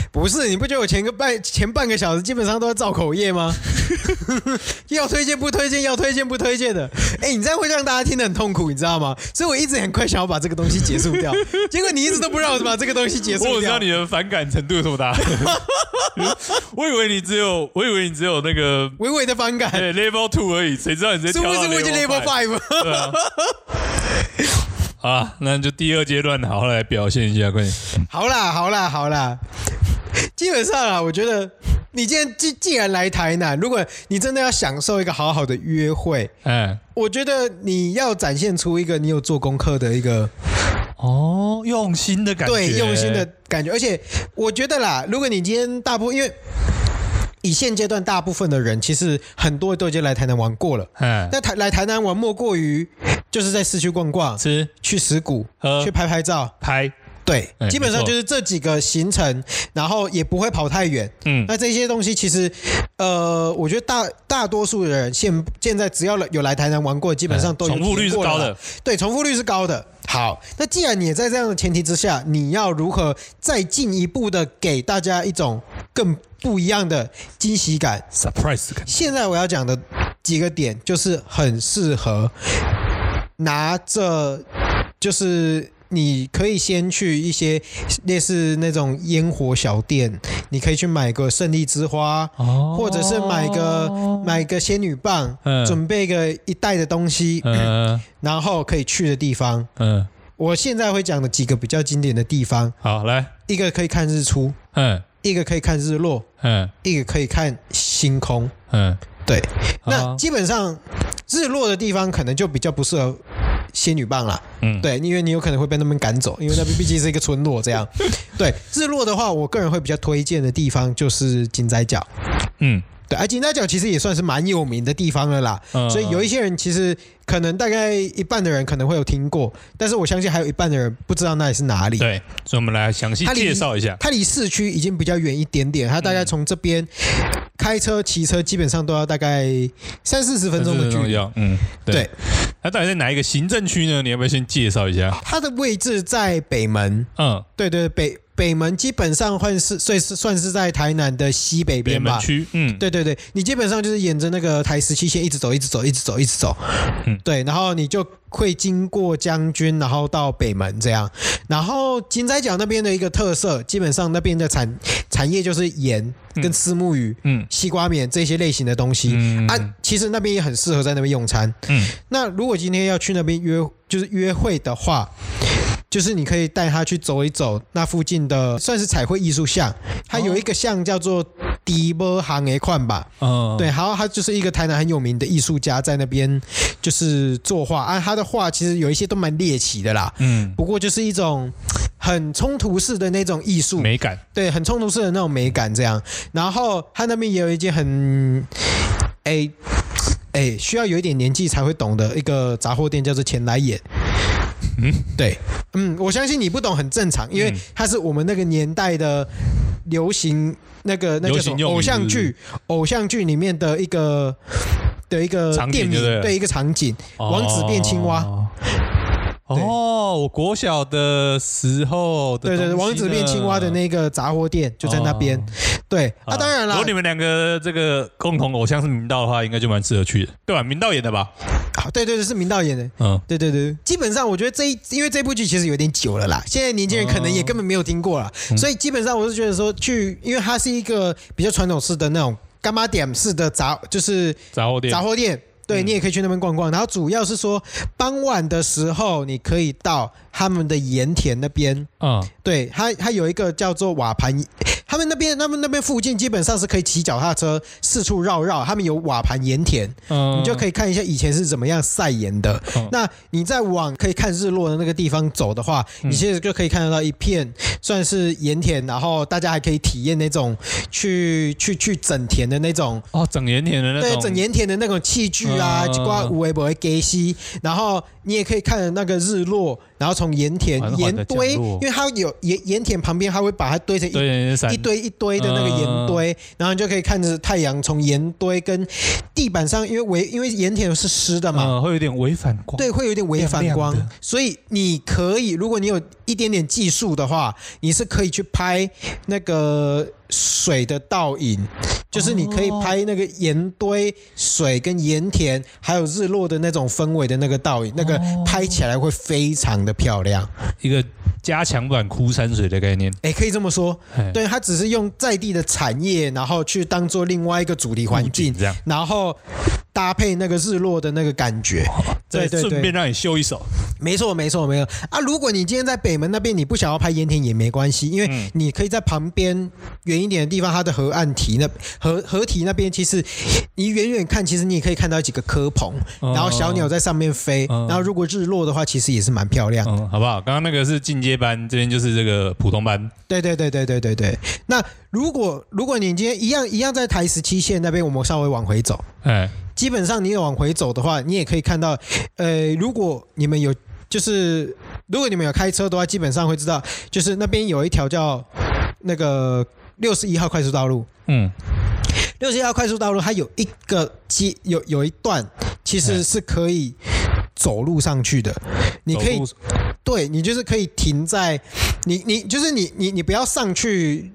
不是，你不觉得我前半个小时基本上都在造口业吗？要推荐不推荐，要推荐不推荐的。你这样会让大家听得很痛苦，你知道吗？所以我一直很快想要把这个东西结束掉，结果你一直都不让我把这个东西结束掉。 我知道你的反感程度有多大。我以为你只有那个微微的反感， 对 Level 2而已，谁知道你直接跳到 Level 5？ 对啊。好啦，那就第二阶段好好来表现一下，快点。 好啦，基本上啊，我觉得你今天既然来台南，如果你真的要享受一个好好的约会，我觉得你要展现出一个你有做功课的一个用心的感觉， 对，用心的感觉。而且我觉得啦，如果你今天因为以现阶段大部分的人，其实很多都已经来台南玩过了。那来台南玩莫过于就是在市区逛逛、去石鼓、去拍照、对，基本上就是这几个行程，然后也不会跑太远。那这些东西其实，我觉得大多数的人现在只要有来台南玩过，基本上都有重复率是高的。 对，重复率是高的。好，那既然你也在这样的前提之下，你要如何再进一步的给大家一种更不一样的惊喜感 ，surprise 感？现在我要讲的几个点，就是很适合拿着，就是你可以先去一些类似那种烟火小店，你可以去买个胜利之花，或者是买个仙女棒，准备个一袋的东西，然后可以去的地方。我现在会讲的几个比较经典的地方， 好，来， 一个可以看日出，一个可以看日落，一个可以看星空，对。那基本上日落的地方可能就比较不适合仙女棒啦，对，因为你有可能会被他们赶走，因为那边毕竟是一个村落这样。对，日落的话，我个人会比较推荐的地方就是金仔角，对，金仔角其实也算是蛮有名的地方了啦，所以有一些人其实可能大概一半的人可能会有听过，但是我相信还有一半的人不知道那里是哪里。 对，所以我们来详细介绍一下。 它离市区已经比较远一点点，它大概从这边开车、骑车基本上都要大概30-40分钟的距离。对。 它到底在哪一个行政区呢？你要不要先介绍一下？ 它的位置在北门。对，北门基本上算是在台南的西北边吧。 北门区。 对，你基本上就是沿着那个台17线一直走。对，然后你就会经过将军，然后到北门这样。然后金仔角那边的一个特色，基本上那边的产业就是盐跟虱目鱼、西瓜棉这些类型的东西。其实那边也很适合在那边用餐。那如果今天要去那边约会的话，就是你可以带他去走一走那附近的算是彩绘艺术巷，它有一个巷叫做迪波行的款吧，对，然后他就是一个台南很有名的艺术家，在那边就是作画他的画其实有一些都蛮猎奇的啦，不过就是一种很冲突式的那种艺术美感， 对，很冲突式的那种美感这样。然后他那边也有一间很需要有一点年纪才会懂的一个杂货店，叫做钱来眼。对，我相信你不懂很正常，因为它是我们那个年代的流行那个什么偶像剧里面的一个店名，对，一个场景，王子变青蛙。 我国小的时候的， 对，王子变青蛙的那个杂货店就在那边。对，当然了， 如果你们两个这个共同偶像是明道的话，应该就蛮适合去的，对吧？明道演的吧？ 对，是明道演的。对，基本上我觉得因为这部剧其实有点久了啦，现在年轻人可能也根本没有听过啦，所以基本上我是觉得说因为它是一个比较传统式的那种干妈点式的杂货店。对，你也可以去那边逛逛，然后主要是说傍晚的时候，你可以到他们的盐田那边。对，它有一个叫做瓦盘，他们那边附近基本上是可以骑脚踏车四处绕，他们有瓦盘盐田，你就可以看一下以前是怎么样晒盐的。那你再往可以看日落的那个地方走的话，你其实就可以看得到一片算是盐田，然后大家还可以体验那种去整田的那种整盐田的那种， 对，整盐田的那种器具啊，一挂有的没的给西，然后你也可以看那个日落，然后从盐田盐堆，因为它有盐田旁边，它会把它堆成一堆一堆的那个盐堆，然后你就可以看着太阳从盐堆跟地板上，因为盐田是湿的嘛， 会有点微反光， 对，会有点微反光，所以你可以，如果你有一点点技术的话，你是可以去拍那个水的倒影，就是你可以拍那个盐堆、水跟盐田，还有日落的那种氛围的那个倒影，那个拍起来会非常的漂亮。 一个加强版枯山水的概念， 可以这么说。对，它只是用在地的产业，然后去当做另外一个主题环境，然后搭配那个日落的那个感觉， 对，顺便让你秀一手。 没错啊！如果你今天在北门那边，你不想要拍盐田也没关系，因为你可以在旁边远一点的地方，它的河岸堤河堤那边，其实你远远看，其实你也可以看到几个蚵棚，然后小鸟在上面飞，然后如果日落的话，其实也是蛮漂亮的， 好不好？刚刚那个是进阶班，这边就是这个普通班。 对。那如果你今天一样在台17线那边，我们稍微往回走，基本上你有往回走的话，你也可以看到，如果你们有开车的话，基本上会知道，就是那边有一条叫那个61号快速道路。61号快速道路它有一个有一段其实是可以走路上去的，你可以。对，你就是可以停在你就是你不要上去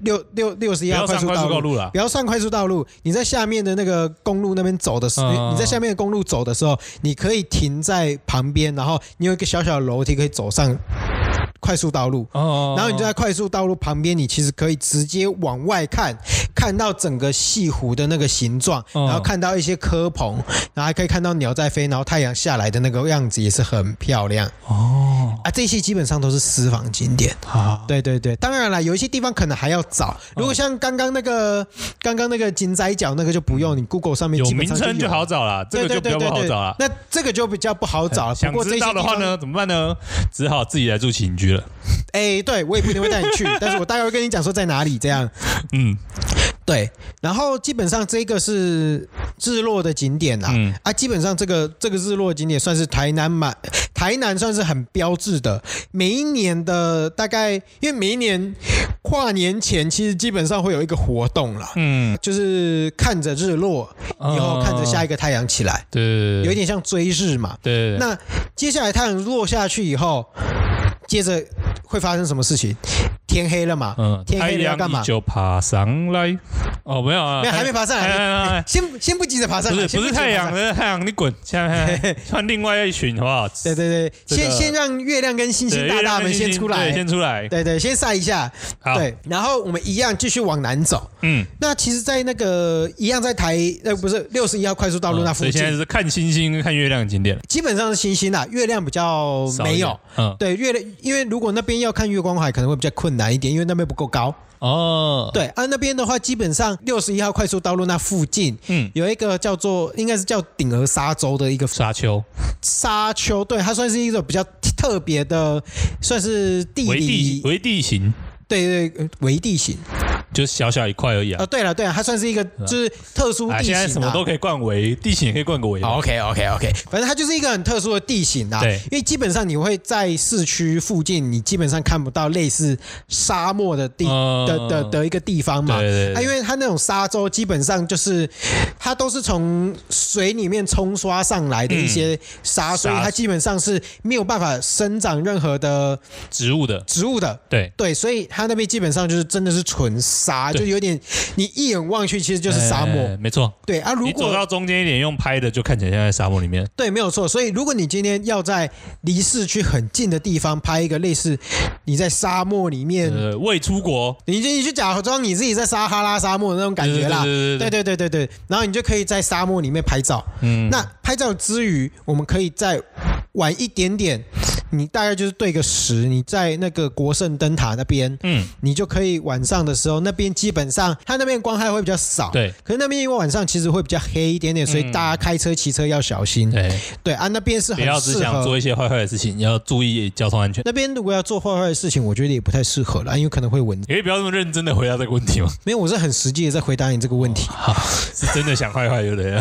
61号快速道路了， 不要上快速道路，你在下面的那个公路那边走的时候，你在下面的公路走的时候，你可以停在旁边，然后你有一个小小的楼梯可以走上快速道路，然后你就在快速道路旁边，你其实可以直接往外看到整个西湖的那个形状，然后看到一些蚵棚，然后还可以看到鸟在飞，然后太阳下来的那个样子也是很漂亮。这些基本上都是私房景点。对，当然了，有一些地方可能还要找。如果像刚刚那个金仔角那个就不用，你 Google 上面基本上有名称就好找了，这个就比较不好找了。 那这个就比较不好找了。 想知道的话呢，怎么办呢？只好自己来住起居了。 对，我也不一定会带你去，但是我大概会跟你讲说在哪里这样。对，然后基本上这个是日落的景点基本上这个日落的景点算是台南算是很标志的，每一年的大概，因为每一年跨年前其实基本上会有一个活动啦，就是看着日落以后看着下一个太阳起来， 对， 有一点像追日嘛， 对。 那接下来太阳落下去以后，接着会发生什么事情？天黑了嘛，天黑了要干嘛？ 就爬上来。没有啊， 还没爬上来。先不急着爬上来， 不是太阳，你滚！现在换另外一群好不好？ 对，先让月亮跟星星大大们先出来， 先出来。 对，先晒一下。对，然后我们一样继续往南走。那其实，在那个一样在不是61号快速道路那附近， 所以现在是看星星跟看月亮的景点。 基本上是星星啦，月亮比较没有。对，月亮，因为如果那边要看月光海，可能会比较困难一点，因为那边不够高。对，那边的话，基本上61号快速道路那附近，有一个应该是叫顶额沙洲的一个沙丘， 对，它算是一个比较特别的，算是微地形， 对，微地形。 就小小一块而已啊！ 对了，它算是一个就是特殊地形现在什么都可以灌围，地形也可以灌个围。 OK， 反正它就是一个很特殊的地形啊。 对， 因为基本上你会在市区附近，你基本上看不到类似沙漠的的一个地方嘛。 对， 因为它那种沙洲基本上就是它都是从水里面冲刷上来的一些沙，所以它基本上是没有办法生长任何的植物的。 对，所以它那边基本上就是真的是纯沙，就有点你一眼望去其实就是沙漠， 没错。 对啊，如果你走到中间一点用拍的，就看起来像在沙漠里面。 对，没有错。所以如果你今天要在离市区很近的地方拍一个类似你在沙漠里面未出国， 你去假装你自己在撒哈拉沙漠的那种感觉啦。对，然后你就可以在沙漠里面拍照。那拍照之余，我们可以再晚一点点。你大概就是对个10，你在那个国圣灯塔那边，你就可以晚上的时候，那边基本上它那边光害会比较少， 对。 可是那边因为晚上其实会比较黑一点点，所以大家开车骑车要小心。对啊，那边是很适合，不要只想做一些坏的事情，要注意交通安全。 那边如果要做坏的事情，我觉得也不太适合啦，因为可能会闻。 可以不要那么认真的回答这个问题吗？ 没有，我是很实际的在回答你这个问题。 好，是真的想坏对不对？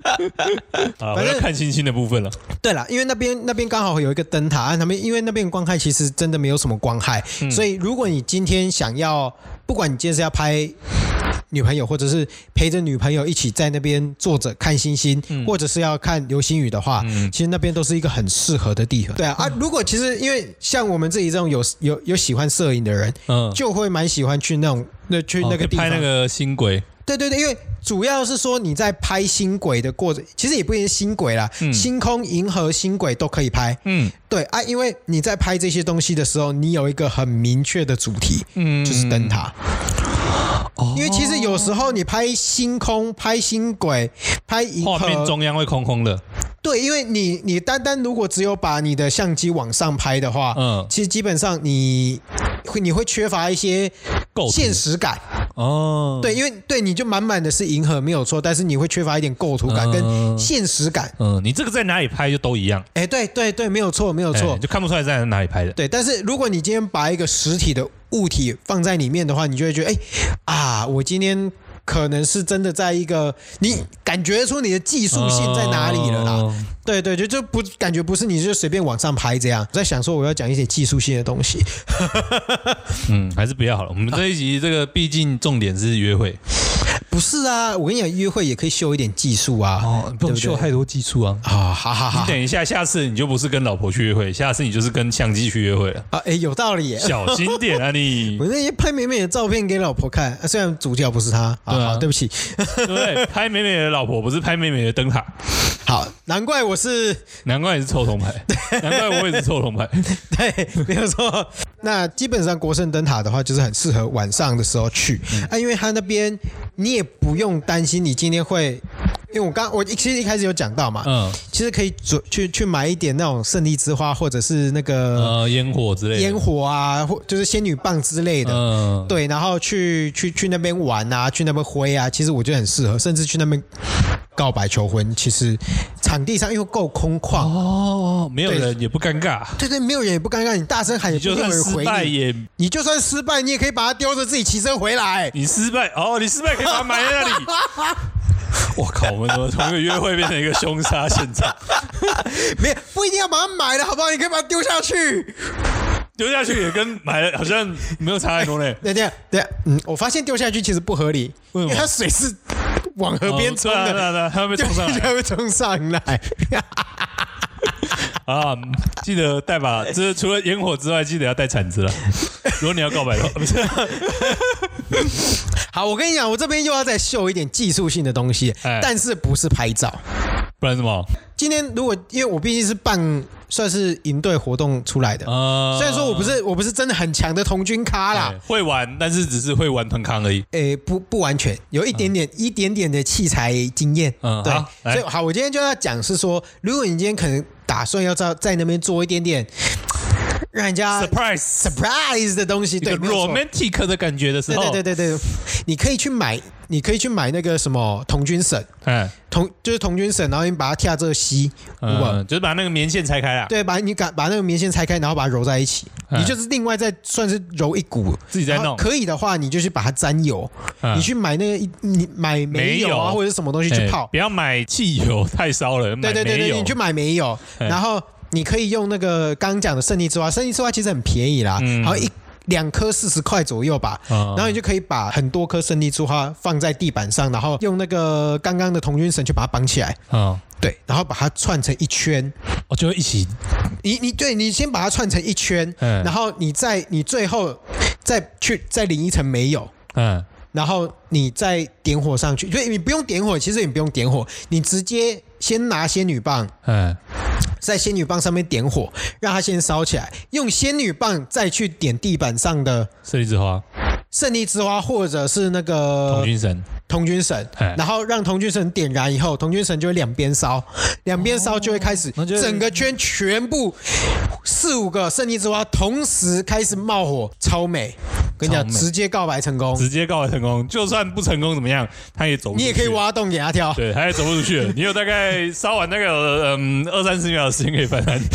反正看星星的部分了。 对啦，因为那边刚好有一个灯塔，因为那边光害其实真的没有什么光害，所以如果你今天想要，不管你今天是要拍女朋友，或者是陪着女朋友一起在那边坐着看星星，或者是要看流星雨的话，其实那边都是一个很适合的地方。对啊，如果其实因为像我们自己这种有喜欢摄影的人，就会蛮喜欢去那个地方拍那个星轨。 对，因为主要是说你在拍星轨的过程，其实也不一定星轨啦，星空、银河、星轨都可以拍。对啊，因为你在拍这些东西的时候，你有一个很明确的主题，就是灯塔。因为其实有时候你拍星空、拍星轨、拍银河， 画面中央会空空的。 对，因为你单如果只有把你的相机往上拍的话，其实基本上你会缺乏一些现实感。对，因为对你就满满的是银河没有错，但是你会缺乏一点构图感跟现实感。 你这个在哪里拍就都一样。 对，没有错， 就看不出来在哪里拍的。 对，但是如果你今天把一个实体的物体放在里面的话，你就会觉得我今天可能是真的在一个你感觉出你的技术性在哪里了啦。对，就不感觉不是你就随便往上拍这样。我在想说我要讲一些技术性的东西。 还是不要好了。我们这一集这个毕竟重点是约会。 不是啊，我跟你讲，约会也可以秀一点技术啊， 不用秀太多技术啊。 好， 你等一下，下次你就不是跟老婆去约会，下次你就是跟相机去约会了。 有道理耶， 小心点啊你！ 我那些拍美美的照片给老婆看，虽然主角不是她，好，对不起， 对不对？拍美美的老婆不是拍美美的灯塔。 好，难怪你是臭铜牌，难怪我也是臭铜牌。 对，没有错。那基本上国盛灯塔的话，就是很适合晚上的时候去因为它那边你也不用担心你今天会。因为我其实一开始有讲到嘛，其实可以去买一点那种胜利之花，或者是那个烟火之类的， 烟火啊，或就是仙女棒之类的，对，然后去那边玩啊，去那边挥啊，其实我觉得很适合，甚至去那边告白求婚，其实场地上因为够空旷没有人也不尴尬， 对，没有人也不尴尬，你大声喊也不会有人回你，你就算失败，你也可以把它丢着自己骑车回来， 你失败可以把它埋在那里。我靠！我们怎么从一个约会变成一个凶杀现场？ 不一定要把它买了，好不好？你可以把它丢下去， 丢下去也跟买了好像没有差太多嘞。 对，我发现丢下去其实不合理，因为它水是往河边冲的， 它会被冲上来， 会冲上来。 记得带把，这除了烟火之外，记得要带铲子了。如果你要告白的话，不是。 好，我跟你讲，我这边又要再秀一点技术性的东西，但是不是拍照， 不然什么？ 今天因为我毕竟是算是营队活动出来的，虽然说我不是真的很强的童军咖啦， 会玩，但是只是会玩团康而已。 不完全，有一点点的器材经验。对，所以好，我今天就要讲是说，如果你今天可能打算要在那边做一点点。让人家 surprise 的东西，对 romantic 的感觉的时候， 对，你可以去买那个什么童军绳，就是童军绳，然后你把它跳这个吸， 就是把那个棉线拆开啦， 对，把那个棉线拆开，然后把它揉在一起，你就是另外再算是揉一股， 自己在弄。 可以的话，你就去把它沾油，你去买你买煤油啊，或者是什么东西去泡， 不要买汽油太烧了， 对，你去买煤油，然后。你可以用那个刚刚讲的胜利之花，胜利之花其实很便宜啦，好2颗40块左右吧，然后你就可以把很多颗胜利之花放在地板上，然后用那个刚刚的童军绳去把它绑起来，对，然后把它串成一圈， 就会一起。 你先把它串成一圈，然后你最后再淋一层煤油，然后你再点火上去，所以你不用点火，其实你不用点火，你直接先拿仙女棒，在仙女棒上面点火，让它先烧起来，用仙女棒再去点地板上的胜利之花， 或者是那个童军绳，然后让童军绳点燃以后，童军绳就会两边烧就会开始整个圈全部4-5个胜利之花同时开始冒火，超美。 跟你讲，直接告白成功， 直接告白成功，就算不成功怎么样，他也走不出去。 你也可以挖洞给他跳， 对，他也走不出去了。你有大概烧完那个20-30秒的时间可以翻案。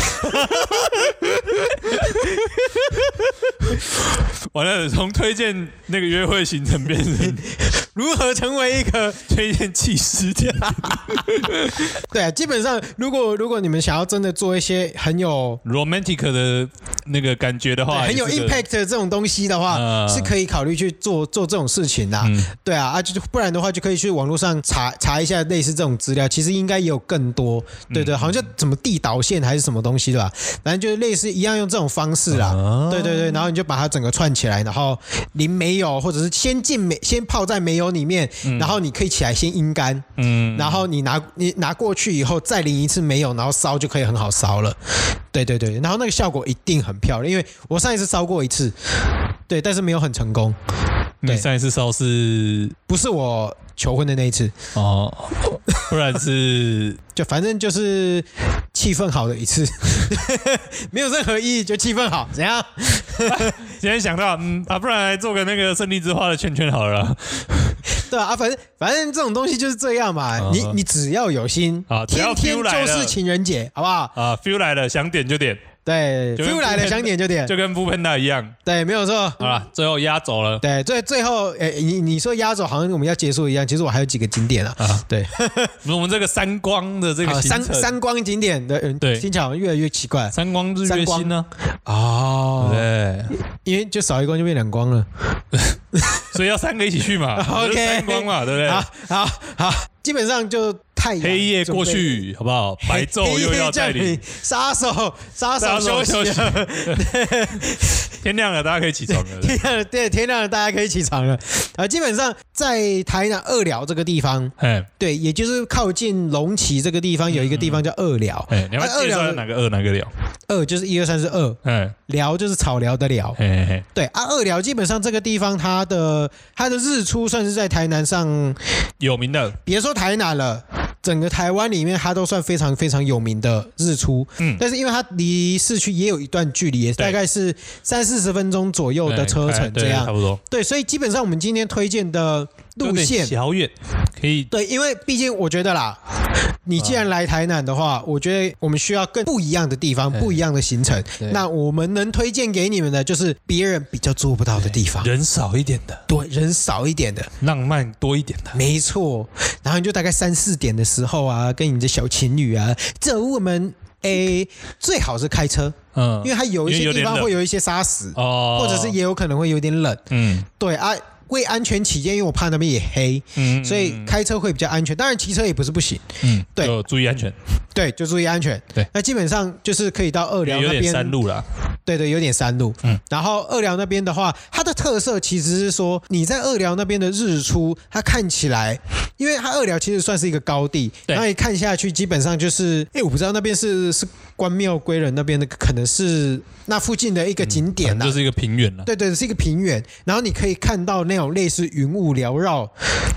完了，从推荐那个约会行程变成如何成为一个推荐弃尸点。 对啊，基本上如果你们想要真的做一些很有 romantic 的那个感觉的话， 很有 impact 的这种东西的话，是可以考虑去做这种事情的。对啊，就不然的话就可以去网络上查一下类似这种资料，其实应该也有更多。对对，好像什么地导线还是什么东西的吧，反正就是类似一样用这种方式啦。对对对，然后你就把它整个串起来，然后淋煤油，或者是先泡在煤油里面，然后你可以起来先阴干，然后你拿过去以后再淋一次煤油，然后烧就可以很好烧了。对对对，然后那个效果一定很漂亮，因为我上一次烧过一次，对，但是没有很成功。 你上一次烧是不是我求婚的那一次？ 哦，不然是就反正就是气氛好的一次，没有任何意义，就气氛好，怎样？ 今天想到，不然来做个那个胜利之花的圈圈好了啦。 对啊，反正这种东西就是这样嘛，你只要有心啊，天天就是情人节，好不好？ 啊 ，feel 来了，想点就点。 对 ，feel 来了，想点就点， 就跟 Foodpanda 一样。 对，没有错。 好了，最后压轴了。 对，最后，你说压轴好像我们要结束一样，其实我还有几个景点啊。对， 我们这个三光的这个行程， 三光景点的，对，听起来好像越来越奇怪。 三光日月星呢？ 哦， 对， 因为就少一光就变两光了， 所以要3个一起去嘛。OK， 三光嘛，对不对？ 好，基本上就太阳黑夜过去，好不好？白昼又要再临， 杀手休息了。 天亮了，大家可以起床了。 天亮了，大家可以起床了。基本上在台南二寮这个地方，对，也就是靠近龙崎这个地方有一个地方叫二寮。 你要介绍哪个寮？ 二就是1、2、3是2，寮就是草寮的寮。对啊，二寮基本上这个地方它的日出算是在台南上有名的， 别说台南了。整个台湾里面，它都算非常非常有名的日出。但是因为它离市区也有一段距离，也大概是30-40分钟左右的车程，这样差不多。 对，所以基本上我们今天推荐的路线小远，可以。 对，因为毕竟我觉得啦，你既然来台南的话，我觉得我们需要更不一样的地方，不一样的行程。那我们能推荐给你们的，就是别人比较做不到的地方， 人少一点的。 对，人少一点的， 浪漫多一点的。 没错。然后你就大概3-4点的时候啊，跟你的小情侣啊，走我们最好是开车，因为它有一些地方会有一些沙石，或者是也有可能会有点冷。对啊。为安全起见，因为我怕那边也黑，所以开车会比较安全。当然，骑车也不是不行，对， 就注意安全。 对，就注意安全。对，那基本上就是可以到二寮那边， 有点山路啦。 对，有点山路。然后二寮那边的话，它的特色其实是说，你在二寮那边的日出，它看起来，因为它二寮其实算是一个高地，然后你看下去，基本上就是，我不知道那边是关庙归仁那边的，可能是那附近的一个景点就是一个平原了。 对，是一个平原，然后你可以看到那种类似云雾缭绕，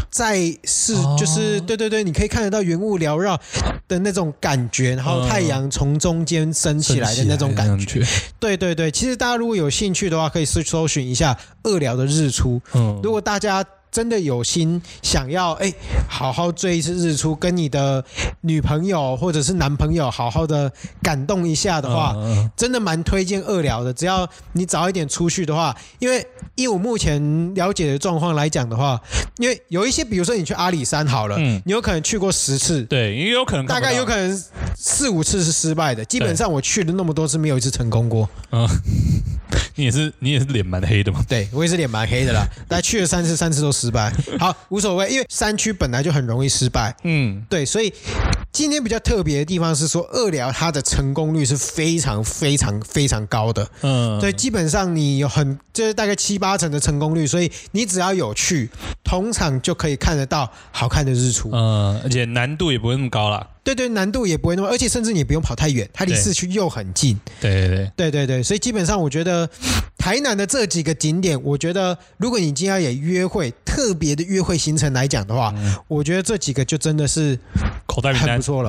就是对，你可以看得到云雾缭绕的那种感觉，然后太阳从中间升起来的那种感觉。对，其实大家如果有兴趣的话，可以搜寻一下二寮的日出。如果大家真的有心想要好好追一次日出，跟你的女朋友或者是男朋友好好的感动一下的话，真的蛮推荐二寮的。只要你早一点出去的话，因为以我目前了解的状况来讲的话，因为有一些比如说你去阿里山好了，你有可能去过10次， 对，也有可能大概有可能4-5次是失败的，基本上我去了那么多次，没有一次成功过。 你也是脸蛮黑的嘛？ 对，我也是脸蛮黑的啦。大概去了3次都失败。好，无所谓，因为山区本来就很容易失败。对，所以今天比较特别的地方是说，二寮它的成功率是非常非常非常高的。对，基本上你有就是大概7-8成的成功率，所以你只要有去，通常就可以看得到好看的日出。 而且难度也不会那么高啦。 对，难度也不会那么，而且甚至你不用跑太远，它离市区又很近。对，所以基本上我觉得台南的这几个景点，我觉得如果你今天也约会，特别的约会行程来讲的话，我觉得这几个就真的是口袋名单很不错了。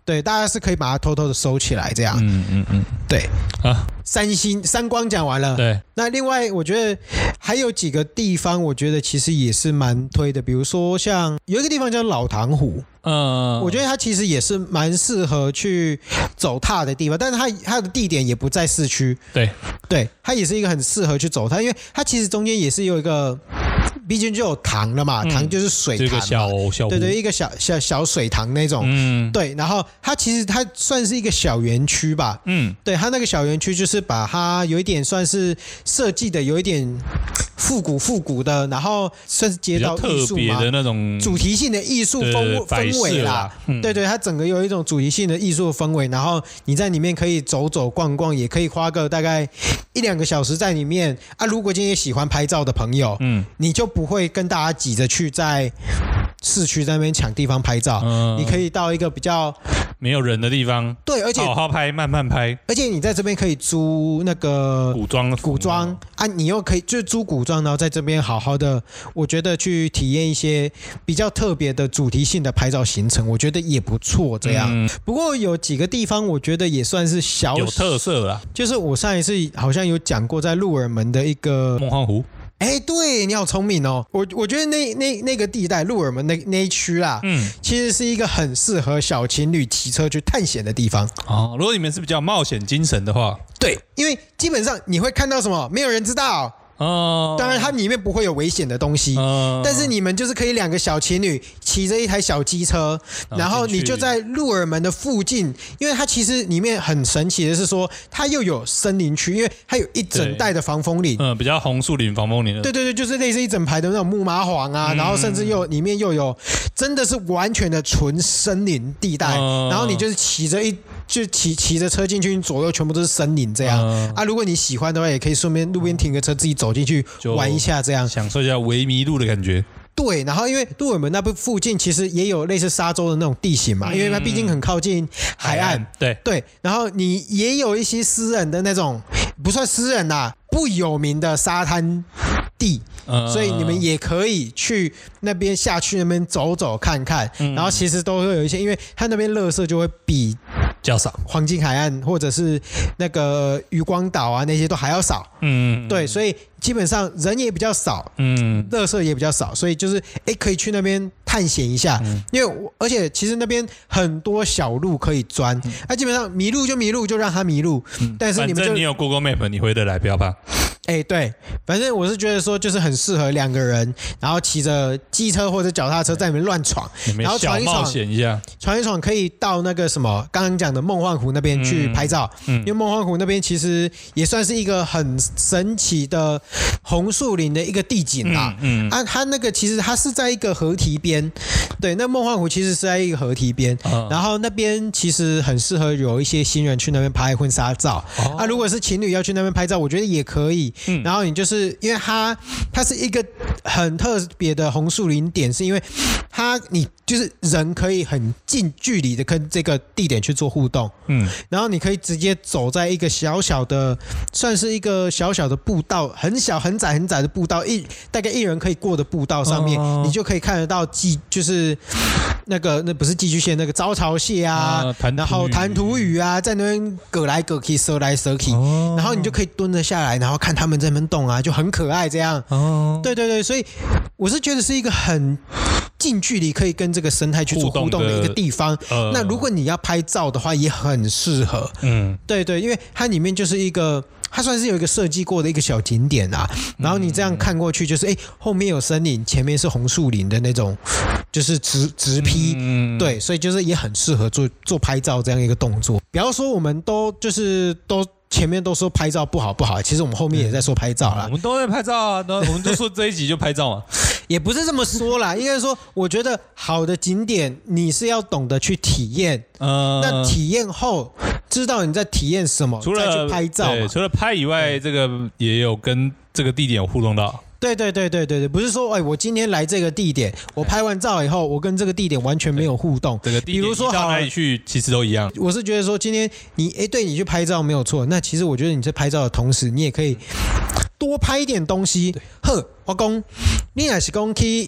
对，大家是可以把它偷偷的收起来这样。对啊，三光讲完了。 对， 那另外我觉得还有几个地方，我觉得其实也是蛮推的，比如说像有一个地方叫老塘湖。我觉得它其实也是蛮适合去走踏的地方，但是它的地点也不在市区。对，它也是一个很适合去走踏，因为它其实中间也是有一个，毕竟就有塘了嘛，塘就是水塘嘛， 小对，一个小水塘那种。对，然后它其实它算是一个小园区吧。对，它那个小园区就是把它有一点算是设计的有一点复古的，然后算是街道艺术嘛， 的那种主题性的艺术氛围啦。对，它整个有一种主题性的艺术氛围，然后你在里面可以走走逛逛，也可以花个大概1-2个小时在里面啊。如果今天喜欢拍照的朋友，你就不会跟大家挤着去在市区在那边抢地方拍照，你可以到一个比较没有人的地方， 对，而且好好拍，慢慢拍， 而且你在这边可以租那个古装啊，你又可以就是租古装，然后在这边好好的，我觉得去体验一些比较特别的主题性的拍照行程，我觉得也不错。这样，不过有几个地方我觉得也算是有特色啦， 就是我上一次好像有讲过，在鹿耳门的一个梦幻湖。 对，你好聪明哦！我觉得那个地带鹿耳门那一区啦，其实是一个很适合小情侣骑车去探险的地方。 如果你们是比较冒险精神的话， 对，因为基本上你会看到什么，没有人知道。当然它里面不会有危险的东西，但是你们就是可以2个小情侣骑着一台小机车，然后你就在鹿耳门的附近，因为它其实里面很神奇的是说，它又有森林区，因为它有一整带的防风林， 比较红树林防风林的， 对，就是类似一整排的那种木麻黄啊，然后甚至里面又有真的是完全的纯森林地带，然后你就是骑着车进去，左右全部都是森林这样啊。如果你喜欢的话，也可以顺便路边停个车，自己走进去玩一下，这样享受一下微迷路的感觉。 对，然后因为鹿耳门那边附近其实也有类似沙洲的那种地形嘛，因为它毕竟很靠近海岸。对，然后你也有一些私人的那种，不算私人啦，不有名的沙滩地，所以你们也可以去那边下去那边走走看看，然后其实都会有一些，因为它那边垃圾就会比较少， 黄金海岸或者是那个渔光岛啊那些都还要少。对，所以基本上人也比较少，垃圾也比较少，所以就是可以去那边探险一下。因为而且其实那边很多小路可以钻，基本上迷路就让他迷路，但是反正你有 Google Map 你回得来，不要怕。 对，反正我是觉得说，就是很适合2个人，然后骑着机车或者脚踏车在里面乱闯，然后闯一闯，可以到那个什么刚刚讲的梦幻湖那边去拍照。因为梦幻湖那边其实也算是一个很神奇的红树林的一个地景啦。它那个其实它是在一个河堤边，对，那梦幻湖其实是在一个河堤边，然后那边其实很适合有一些新人去那边拍婚纱照。如果是情侣要去那边拍照，我觉得也可以。然后你就是因为它是一个很特别的红树林点，是因为你就是人可以很近距离的跟这个地点去做互动，然后你可以直接走在一个小小的，算是一个小小的步道，很小很窄的步道，大概1人可以过的步道上面，你就可以看得到就是那不是寄居蟹，那个招潮蟹啊，然后弹涂鱼啊，在那边隔来隔去，折来折去，然后你就可以蹲着下来，然后看他们在那边动啊，就很可爱这样。对，所以我是觉得是一个很近距离可以跟这个生态去做互动的一个地方。那如果你要拍照的话，也很适合。对，因为它里面就是一个。它算是有一个设计过的一个小景点啊，然后你这样看过去就是后面有森林，前面是红树林的那种，就是直批，对，所以就是也很适合做拍照这样一个动作。不要说我们都前面都说拍照不好，其实我们后面也在说拍照啦。 我们都在拍照啊，我们都说这一集就拍照嘛。 也不是这么说啦，应该说，我觉得好的景点你是要懂得去体验，那体验后知道你在体验什么，再去拍照嘛。 对，除了拍以外，这个也有跟这个地点有互动到。 对，不是说我今天来这个地点，我拍完照以后，我跟这个地点完全没有互动。 这个地点你到哪里去，其实都一样。 我是觉得说，今天对你去拍照没有错，那其实我觉得你在拍照的同时，你也可以多拍一点东西。我讲，你也是讲去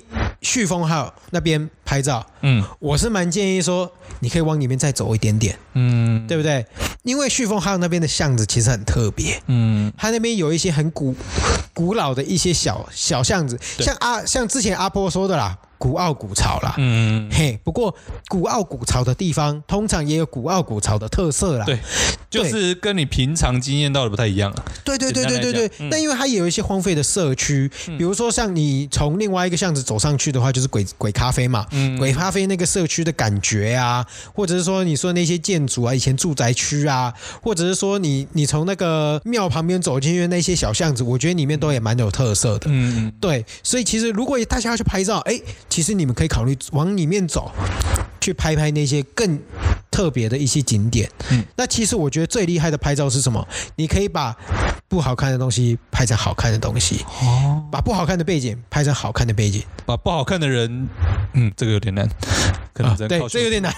旭峰号那边拍照，我是蛮建议说你可以往里面再走一点点，对不对？因为旭峰号那边的巷子其实很特别，它那边有一些很古老的一些小巷子，像之前阿波说的啦。古奥古潮啦，不过古奥古潮的地方通常也有古奥古潮的特色啦， 对，就是跟你平常经验到的不太一样啊。 对，但因为它也有一些荒废的社区，比如说像你从另外一个巷子走上去的话，就是鬼咖啡嘛，鬼咖啡那个社区的感觉啊，或者是说你说那些建筑啊，以前住宅区啊，或者是说你从那个庙旁边走进去那些小巷子，我觉得里面都也蛮有特色的，对，所以其实如果大家要去拍照，其实你们可以考虑往里面走，去拍那些更特别的一些景点。那其实我觉得最厉害的拍照是什么？你可以把不好看的东西拍成好看的东西，把不好看的背景拍成好看的背景， 把不好看的人，这个有点难，可能对，这有点难，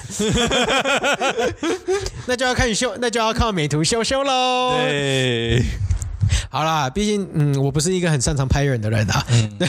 那就要靠美图秀秀喽。 对。 好啦，毕竟我不是一个很擅长拍人的人啊，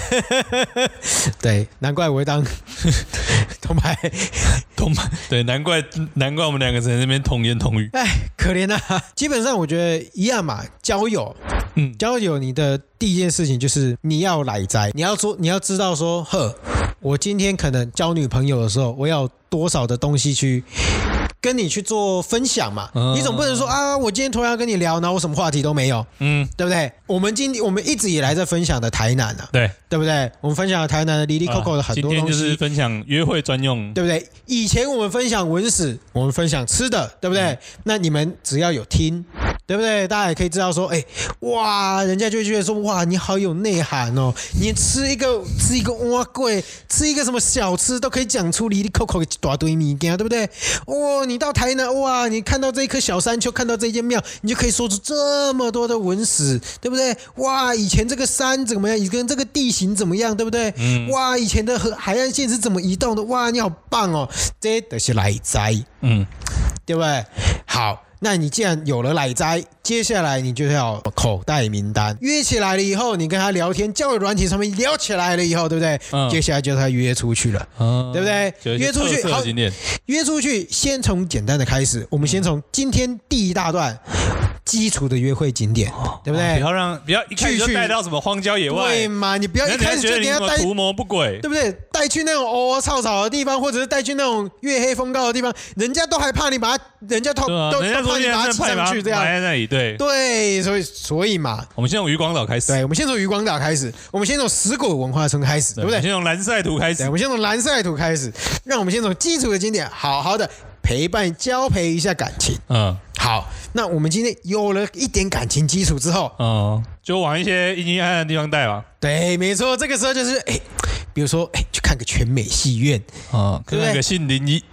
对，难怪我会当偷拍， 对，难怪我们两个在那边童言童语， 可怜啊！基本上我觉得一样嘛，交友，你的第一件事情就是你要来哉，你要知道说，我今天可能交女朋友的时候，我要有多少的东西去跟你去做分享嘛，你总不能说我今天突然要跟你聊，然后我什么话题都没有，对不对？我们一直以来在分享的台南啊，对不对？我们分享的台南的哩哩扣扣的很多东西， 今天就是分享约会专用， 对不对？以前我们分享文史，我们分享吃的，对不对？那你们只要有听，对不对？大家也可以知道说，哇，人家就觉得说，哇，你好有内涵哦，你吃一个碗粿，吃一个什么小吃都可以讲出哩哩扣扣一大堆物件，对不对？你到台南，哇，你看到这一棵小山丘，看到这间庙，你就可以说出这么多的文史，对不对？哇，以前这个山怎么样？以前这个地形怎么样？对不对？哇，以前的海岸线是怎么移动的？哇，你好棒哦！这都是来哉，对不对？好。那你既然有了来哉，接下来你就要口袋名单，约起来了以后，你跟他聊天，交友软体上面聊起来了以后，对不对？接下来就是他约出去了，对不对？约出去，好，约出去，先从简单的开始，我们先从今天第一大段。基础的约会景点，对不对？ 不要一开始就带到什么荒郊野外， 对嘛？你不要一开始就给他带图谋不轨， 对不对？带去那种草草的地方，或者是带去那种月黑风高的地方，人家都还怕你把他，人家都怕你把他挤上去，这样埋在那里， 对，所以嘛， 我们先从渔光岛开始， 对，我们先从渔光岛开始，我们先从石鼓文化村开始，对不对？ 先从蓝晒图开始， 我们先从蓝晒图开始，让我们先从基础的景点好好的交配一下感情，好，那我们今天有了一点感情基础之后， 就往一些阴阴暗暗的地方带吧。 对，没错，这个时候就是比如说去看个全美戏院， 看个杏林一，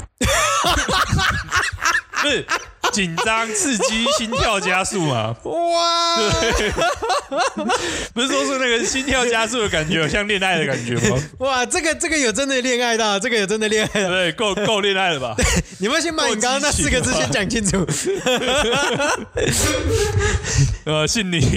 不是紧张刺激心跳加速嘛？ 哇， 对，不是说是那个心跳加速的感觉，有像恋爱的感觉吗？ 哇，这个有真的恋爱到，这个有真的恋爱到， 对，够恋爱了吧？ 对，你们先把你刚刚那4个字先讲清楚。 杏林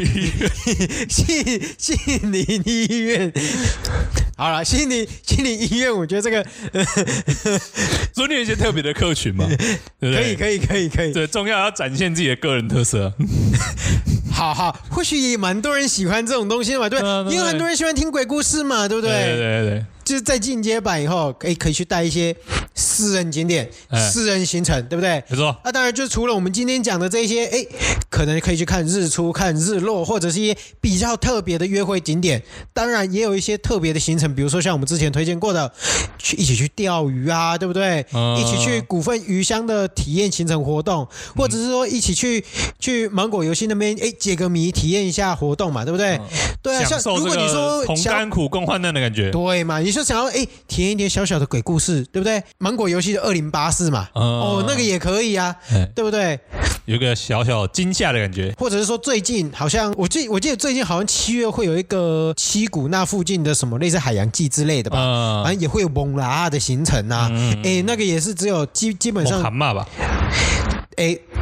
医院。好了，杏林医院，我觉得这个， 说你有一些特别的客群嘛，对不对？ 可以。 对，重要要展现自己的个人特色。 好，或许也蛮多人喜欢这种东西的嘛，对，因为很多人喜欢听鬼故事嘛，对不对？ 对。 就是在进阶版以后，可以去带一些私人景点、私人行程，对不对？ 没错。 当然，就除了我们今天讲的这些，可能可以去看日出、看日落，或者是一些比较特别的约会景点。当然，也有一些特别的行程，比如说像我们之前推荐过的，一起去钓鱼啊，对不对？一起去股份鱼乡的体验行程活动，或者是说一起去芒果游戏那边，解个谜，体验一下活动嘛，对不对？对啊， 像如果你说同甘苦共患难的感觉， 对嘛？你就想要体验一点小小的鬼故事，对不对？芒果游戏的2084嘛，那个也可以啊，对不对？ 有一个小小惊吓的感觉， 或者是说最近好像我记得最近好像7月会有一个七股那附近的什么类似海洋季之类的吧，反正也会有蒙拉的行程啊，那个也是只有基本上蛤蟆吧，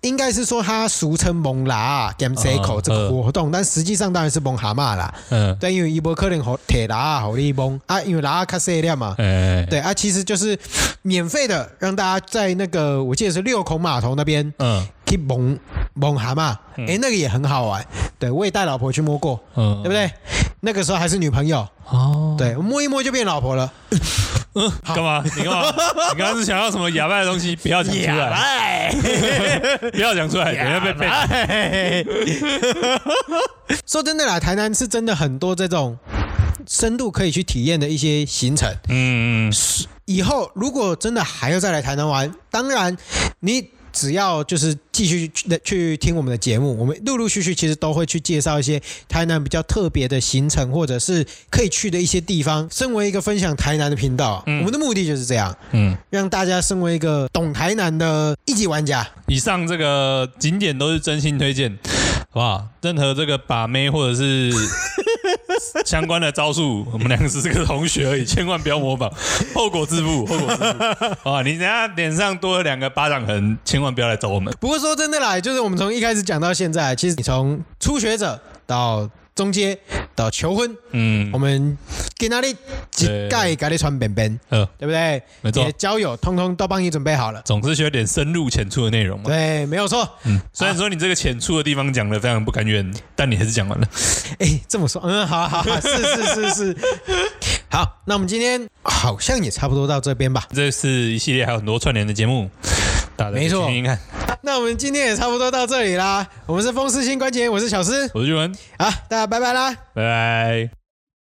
应该是说它俗称蒙拉 game cycle 这个活动，但实际上当然是蒙蛤蟆啦。对，因为伊不可能铁拉好你蒙啊，因为拉卡塞量嘛。对啊，其实就是免费的，让大家在那个我记得是六孔码头那边，去蒙蛤蟆，那个也很好玩。对，我也带老婆去摸过，对不对？那个时候还是女朋友。对，摸一摸就变老婆了。 干嘛？你干嘛？你刚刚是想要什么哑巴的东西？不要讲出来，不要讲出来，等下被背。 说真的啦，台南是真的很多这种深度可以去体验的一些行程。以后如果真的还要再来台南玩，当然你只要就是继续去听我们的节目，我们陆陆续续其实都会去介绍一些台南比较特别的行程，或者是可以去的一些地方。身为一个分享台南的频道，我们的目的就是这样，让大家身为一个懂台南的一级玩家。 以上这个景点都是真心推荐，好不好？任何这个把妹或者是相关的招数，我们两个只是个同学而已，千万不要模仿，后果自负，后果自负。啊，你等下脸上多了2个巴掌痕，千万不要来找我们。 不过说真的啦，就是我们从一开始讲到现在，其实你从初学者到中阶到求婚，我们给哪里一概给你传便便，对不对？ 没错， 你的交友通通都帮你准备好了。 总之学点深入浅出的内容嘛。 对，没有错。 虽然说你这个浅出的地方讲得非常不甘愿，但你还是讲完了。 这么说，好，是。好，那我们今天好像也差不多到这边吧。 这是一系列还有很多串联的节目，大家可以听听看。 那我们今天也差不多到这里啦。我们是风湿性关节炎，我是小施， 我是俊文。 好，大家拜拜啦， 拜拜。